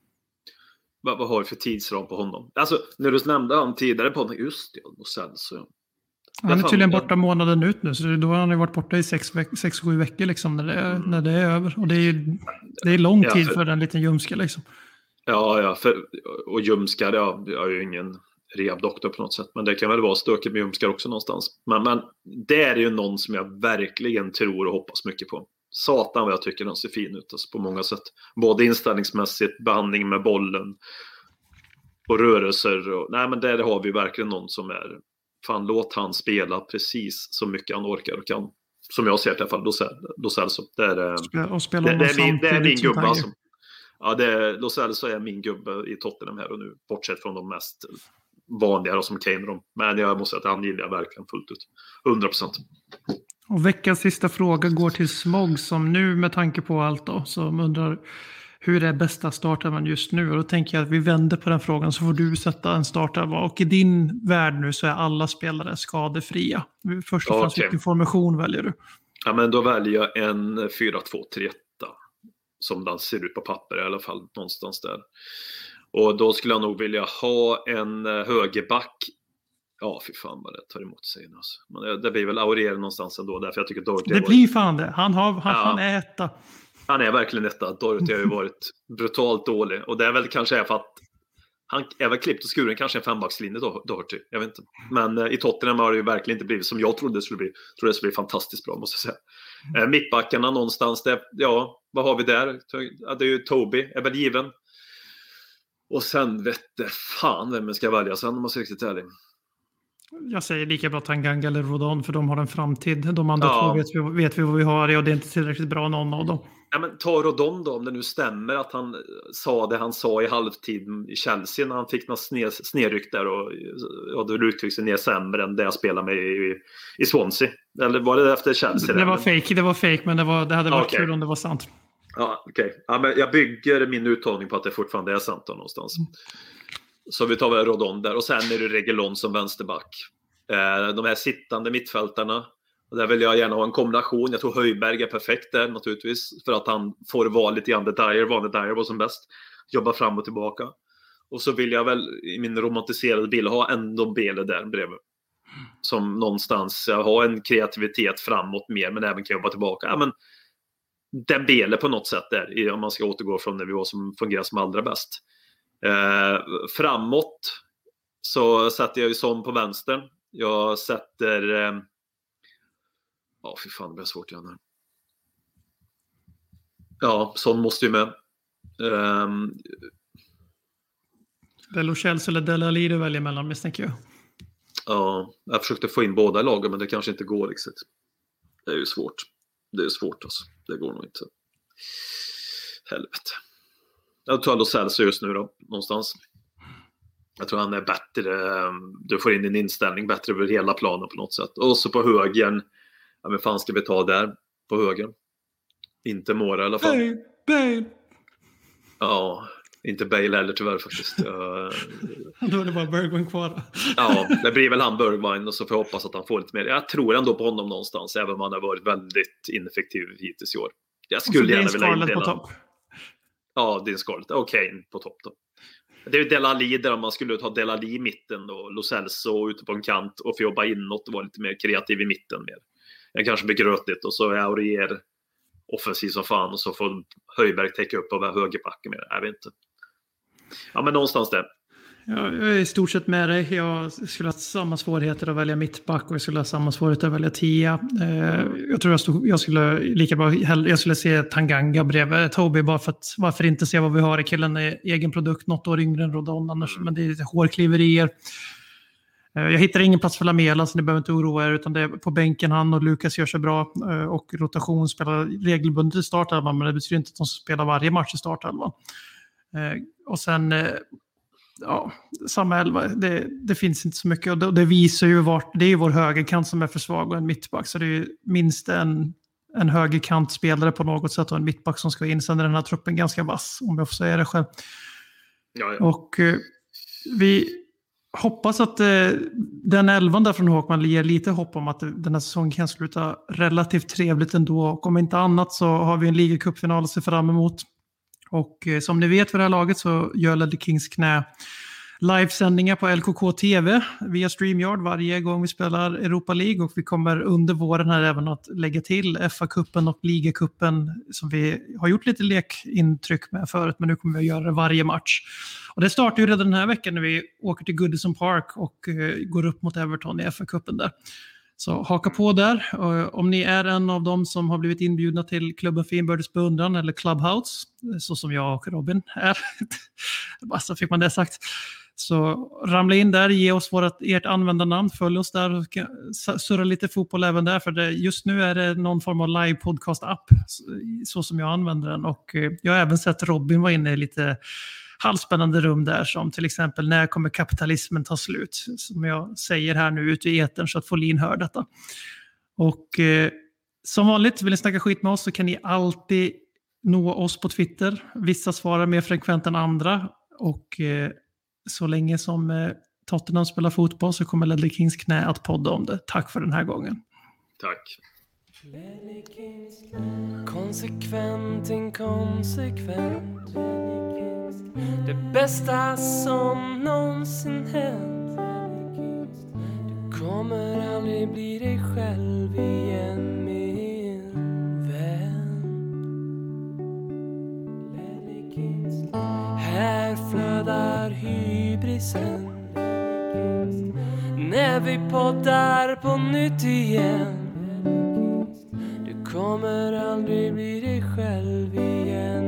Vad har vi för tidsram på honom? Alltså, när du nämnde han tidigare på honom, just det, Lo Celso. Han är tydligen borta månaden ut nu, så då har han ju varit borta i 6-7 veckor liksom, när det är över. Och det är lång tid för en liten ljumska liksom. Ja, och ljumskar, jag är ju ingen rehabdoktor på något sätt, men det kan väl vara stökigt med ljumskar också någonstans. Men det är ju någon som jag verkligen tror och hoppas mycket på. Satan vad jag tycker den ser fin ut alltså, på många sätt. Både inställningsmässigt, behandling med bollen och rörelser. Nej, men där har vi verkligen någon som är, fan, låt han spela precis så mycket han orkar och kan. Som jag ser det i alla fall, Lo Celso. Det är min gubbe alltså. Ja, Lo Celso är min gubbe i Tottenham här och nu, bortsett från de mest vanliga som Kane dem. Men jag måste säga att han gillar jag verkligen fullt ut. 100%. Och veckans sista fråga går till Smog, som nu med tanke på allt då, som undrar hur är bästa starten just nu? Och då tänker jag att vi vänder på den frågan, så får du sätta en startelva. Och i din värld nu så är alla spelare skadefria. Först och främst, vilken formation väljer du? Ja, men då väljer jag en 4-2-3-1 som den ser ut på papper i alla fall, någonstans där. Och då skulle jag nog vilja ha en högerback. Ja, fy fan vad det tar emot sig. Alltså. Men det blir väl Aurier någonstans ändå, därför jag tycker Doherty det blir fan det. Han är etta. Han är verkligen etta. Doherty har ju varit brutalt dålig. Och det är väl kanske för att han är väl klippt och skuren, kanske en 5-backslinje Doherty. Jag vet inte. Men i Tottenham har det ju verkligen inte blivit som jag trodde det skulle bli. Jag tror det skulle bli fantastiskt bra, måste jag säga. Mittbackarna någonstans, vad har vi där? Det är ju Toby, är väl given. Och sen vette fan vem ska jag välja sen, om man ska riktigt ärlig. Jag säger lika bra Tanganga eller Rodon, för de har en framtid. De andra två vet vi vad vi har, och det är inte tillräckligt bra någon av dem. Ja, men ta Rodon då, om det nu stämmer att han sa det han sa i halvtid i Chelsea när han fick något snedryck där och då uttryckte sig ner sämre än det jag spelade med i Swansea. Eller var det efter Chelsea? Det var fake, men det hade varit kul om det var sant. Ja, okej. Ja, men jag bygger min uttagning på att det fortfarande är sant då någonstans. Så vi tar väl Rodon där. Och sen är det Reguilón som vänsterback. De här sittande mittfältarna. Och där vill jag gärna ha en kombination. Jag tror Höjberg är perfekt där naturligtvis. För att han får vara lite grann Dyer var som bäst. Jobba fram och tillbaka. Och så vill jag väl i min romantiserade bild ha ändå Bele där bredvid. Som någonstans har en kreativitet framåt mer, men även kan jobba tillbaka. Ja, men den Bele på något sätt där, om man ska återgå från när vi var som fungerar som allra bäst. Framåt så sätter jag ju Son på vänster. Jag sätter fy fan, det blir svårt igen här. Ja, Son måste ju med. Det är Lo Celso eller Dele Alli du väljer mellan, misstänker jag. Ja, jag försökte få in båda i lagen, men det kanske inte går riktigt. Det är ju svårt. Det är svårt alltså. Det går nog inte. Helvete. Jag tar Lo Celso just nu då, någonstans. Jag tror han är bättre. Du får in din inställning bättre över hela planen på något sätt. Och så på högern. Ja, men fan ska vi ta där på högern? Inte Mora i alla fall. Bale. Ja, inte Bale heller tyvärr faktiskt. Då är det bara Bergwijn kvar. Ja, det blir väl han Bergwijn och så får jag hoppas att han får lite mer. Jag tror ändå på honom någonstans, även om han har varit väldigt ineffektiv hittills i år. Jag skulle gärna vilja indela. På topp. Ja, din Scarlett. Okej, på topp då. Det är ju Dele Alli där man skulle ta Dele Alli i mitten då. Lo Celso ute på en kant och få jobba inåt och vara lite mer kreativ i mitten mer. Jag kanske begrötigt och så är Aurier offensiv som fan och så får Höjberg täcka upp av högerbacken mer. Jag vet inte. Ja, men någonstans där. Ja, jag är i stort sett med dig. Jag skulle ha samma svårigheter att välja mittback och jag skulle ha samma svårigheter att välja 10. Jag tror jag skulle lika bra jag skulle se Tanganga bredvid Toby bara för att varför inte se vad vi har i killen i egen produkt, något år yngre än Rodon annars, men det är lite hårkliverier. Jag hittar ingen plats för Lamela så ni behöver inte oroa er, utan det är på bänken han och Lukas gör sig bra och rotation spelar regelbundet i startelvan, men det betyder inte att de spelar varje match i startelvan. Och sen samma elva, det finns inte så mycket och det visar ju vart, det är ju vår högerkant som är för svag och en mittback, så det är ju minst en högerkantspelare på något sätt och en mittback som ska in, sen är den här truppen ganska vass om jag får säga det själv. Ja. Och vi hoppas att den 11 där från Håkman ger lite hopp om att den här säsongen kan sluta relativt trevligt ändå, och om inte annat så har vi en ligacupfinal att se fram emot. Och som ni vet för det här laget så gör Ledley Kings knä livesändningar på LKK TV via StreamYard varje gång vi spelar Europa League, och vi kommer under våren här även att lägga till FA-cupen och ligacupen som vi har gjort lite lekintryck med förut, men nu kommer vi att göra det varje match. Och det startar ju redan den här veckan när vi åker till Goodison Park och går upp mot Everton i FA-cupen där. Så haka på där. Om ni är en av dem som har blivit inbjudna till klubben för inbördes beundran eller Clubhouse, så som jag och Robin är, bara så fick man det sagt, så ramla in där, ge oss ert användarnamn, följ oss där och surra lite fotboll även där, för just nu är det någon form av live podcast-app så som jag använder den, och jag har även sett Robin var inne i lite halvspännande rum där, som till exempel när kommer kapitalismen ta slut, som jag säger här nu ute i etern så att Folin hör detta. Och som vanligt, vill ni snacka skit med oss så kan ni alltid nå oss på Twitter. Vissa svarar mer frekvent än andra, och så länge som Tottenham spelar fotboll så kommer Ledley Kings knä att podda om det. Tack för den här gången. Tack. Konsekvent, inkonsekvent. Det bästa som någonsin hänt. Du kommer aldrig bli dig själv igen, min vän. Här flödar hybrisen när vi poddar på nytt igen. Du kommer aldrig bli dig själv igen.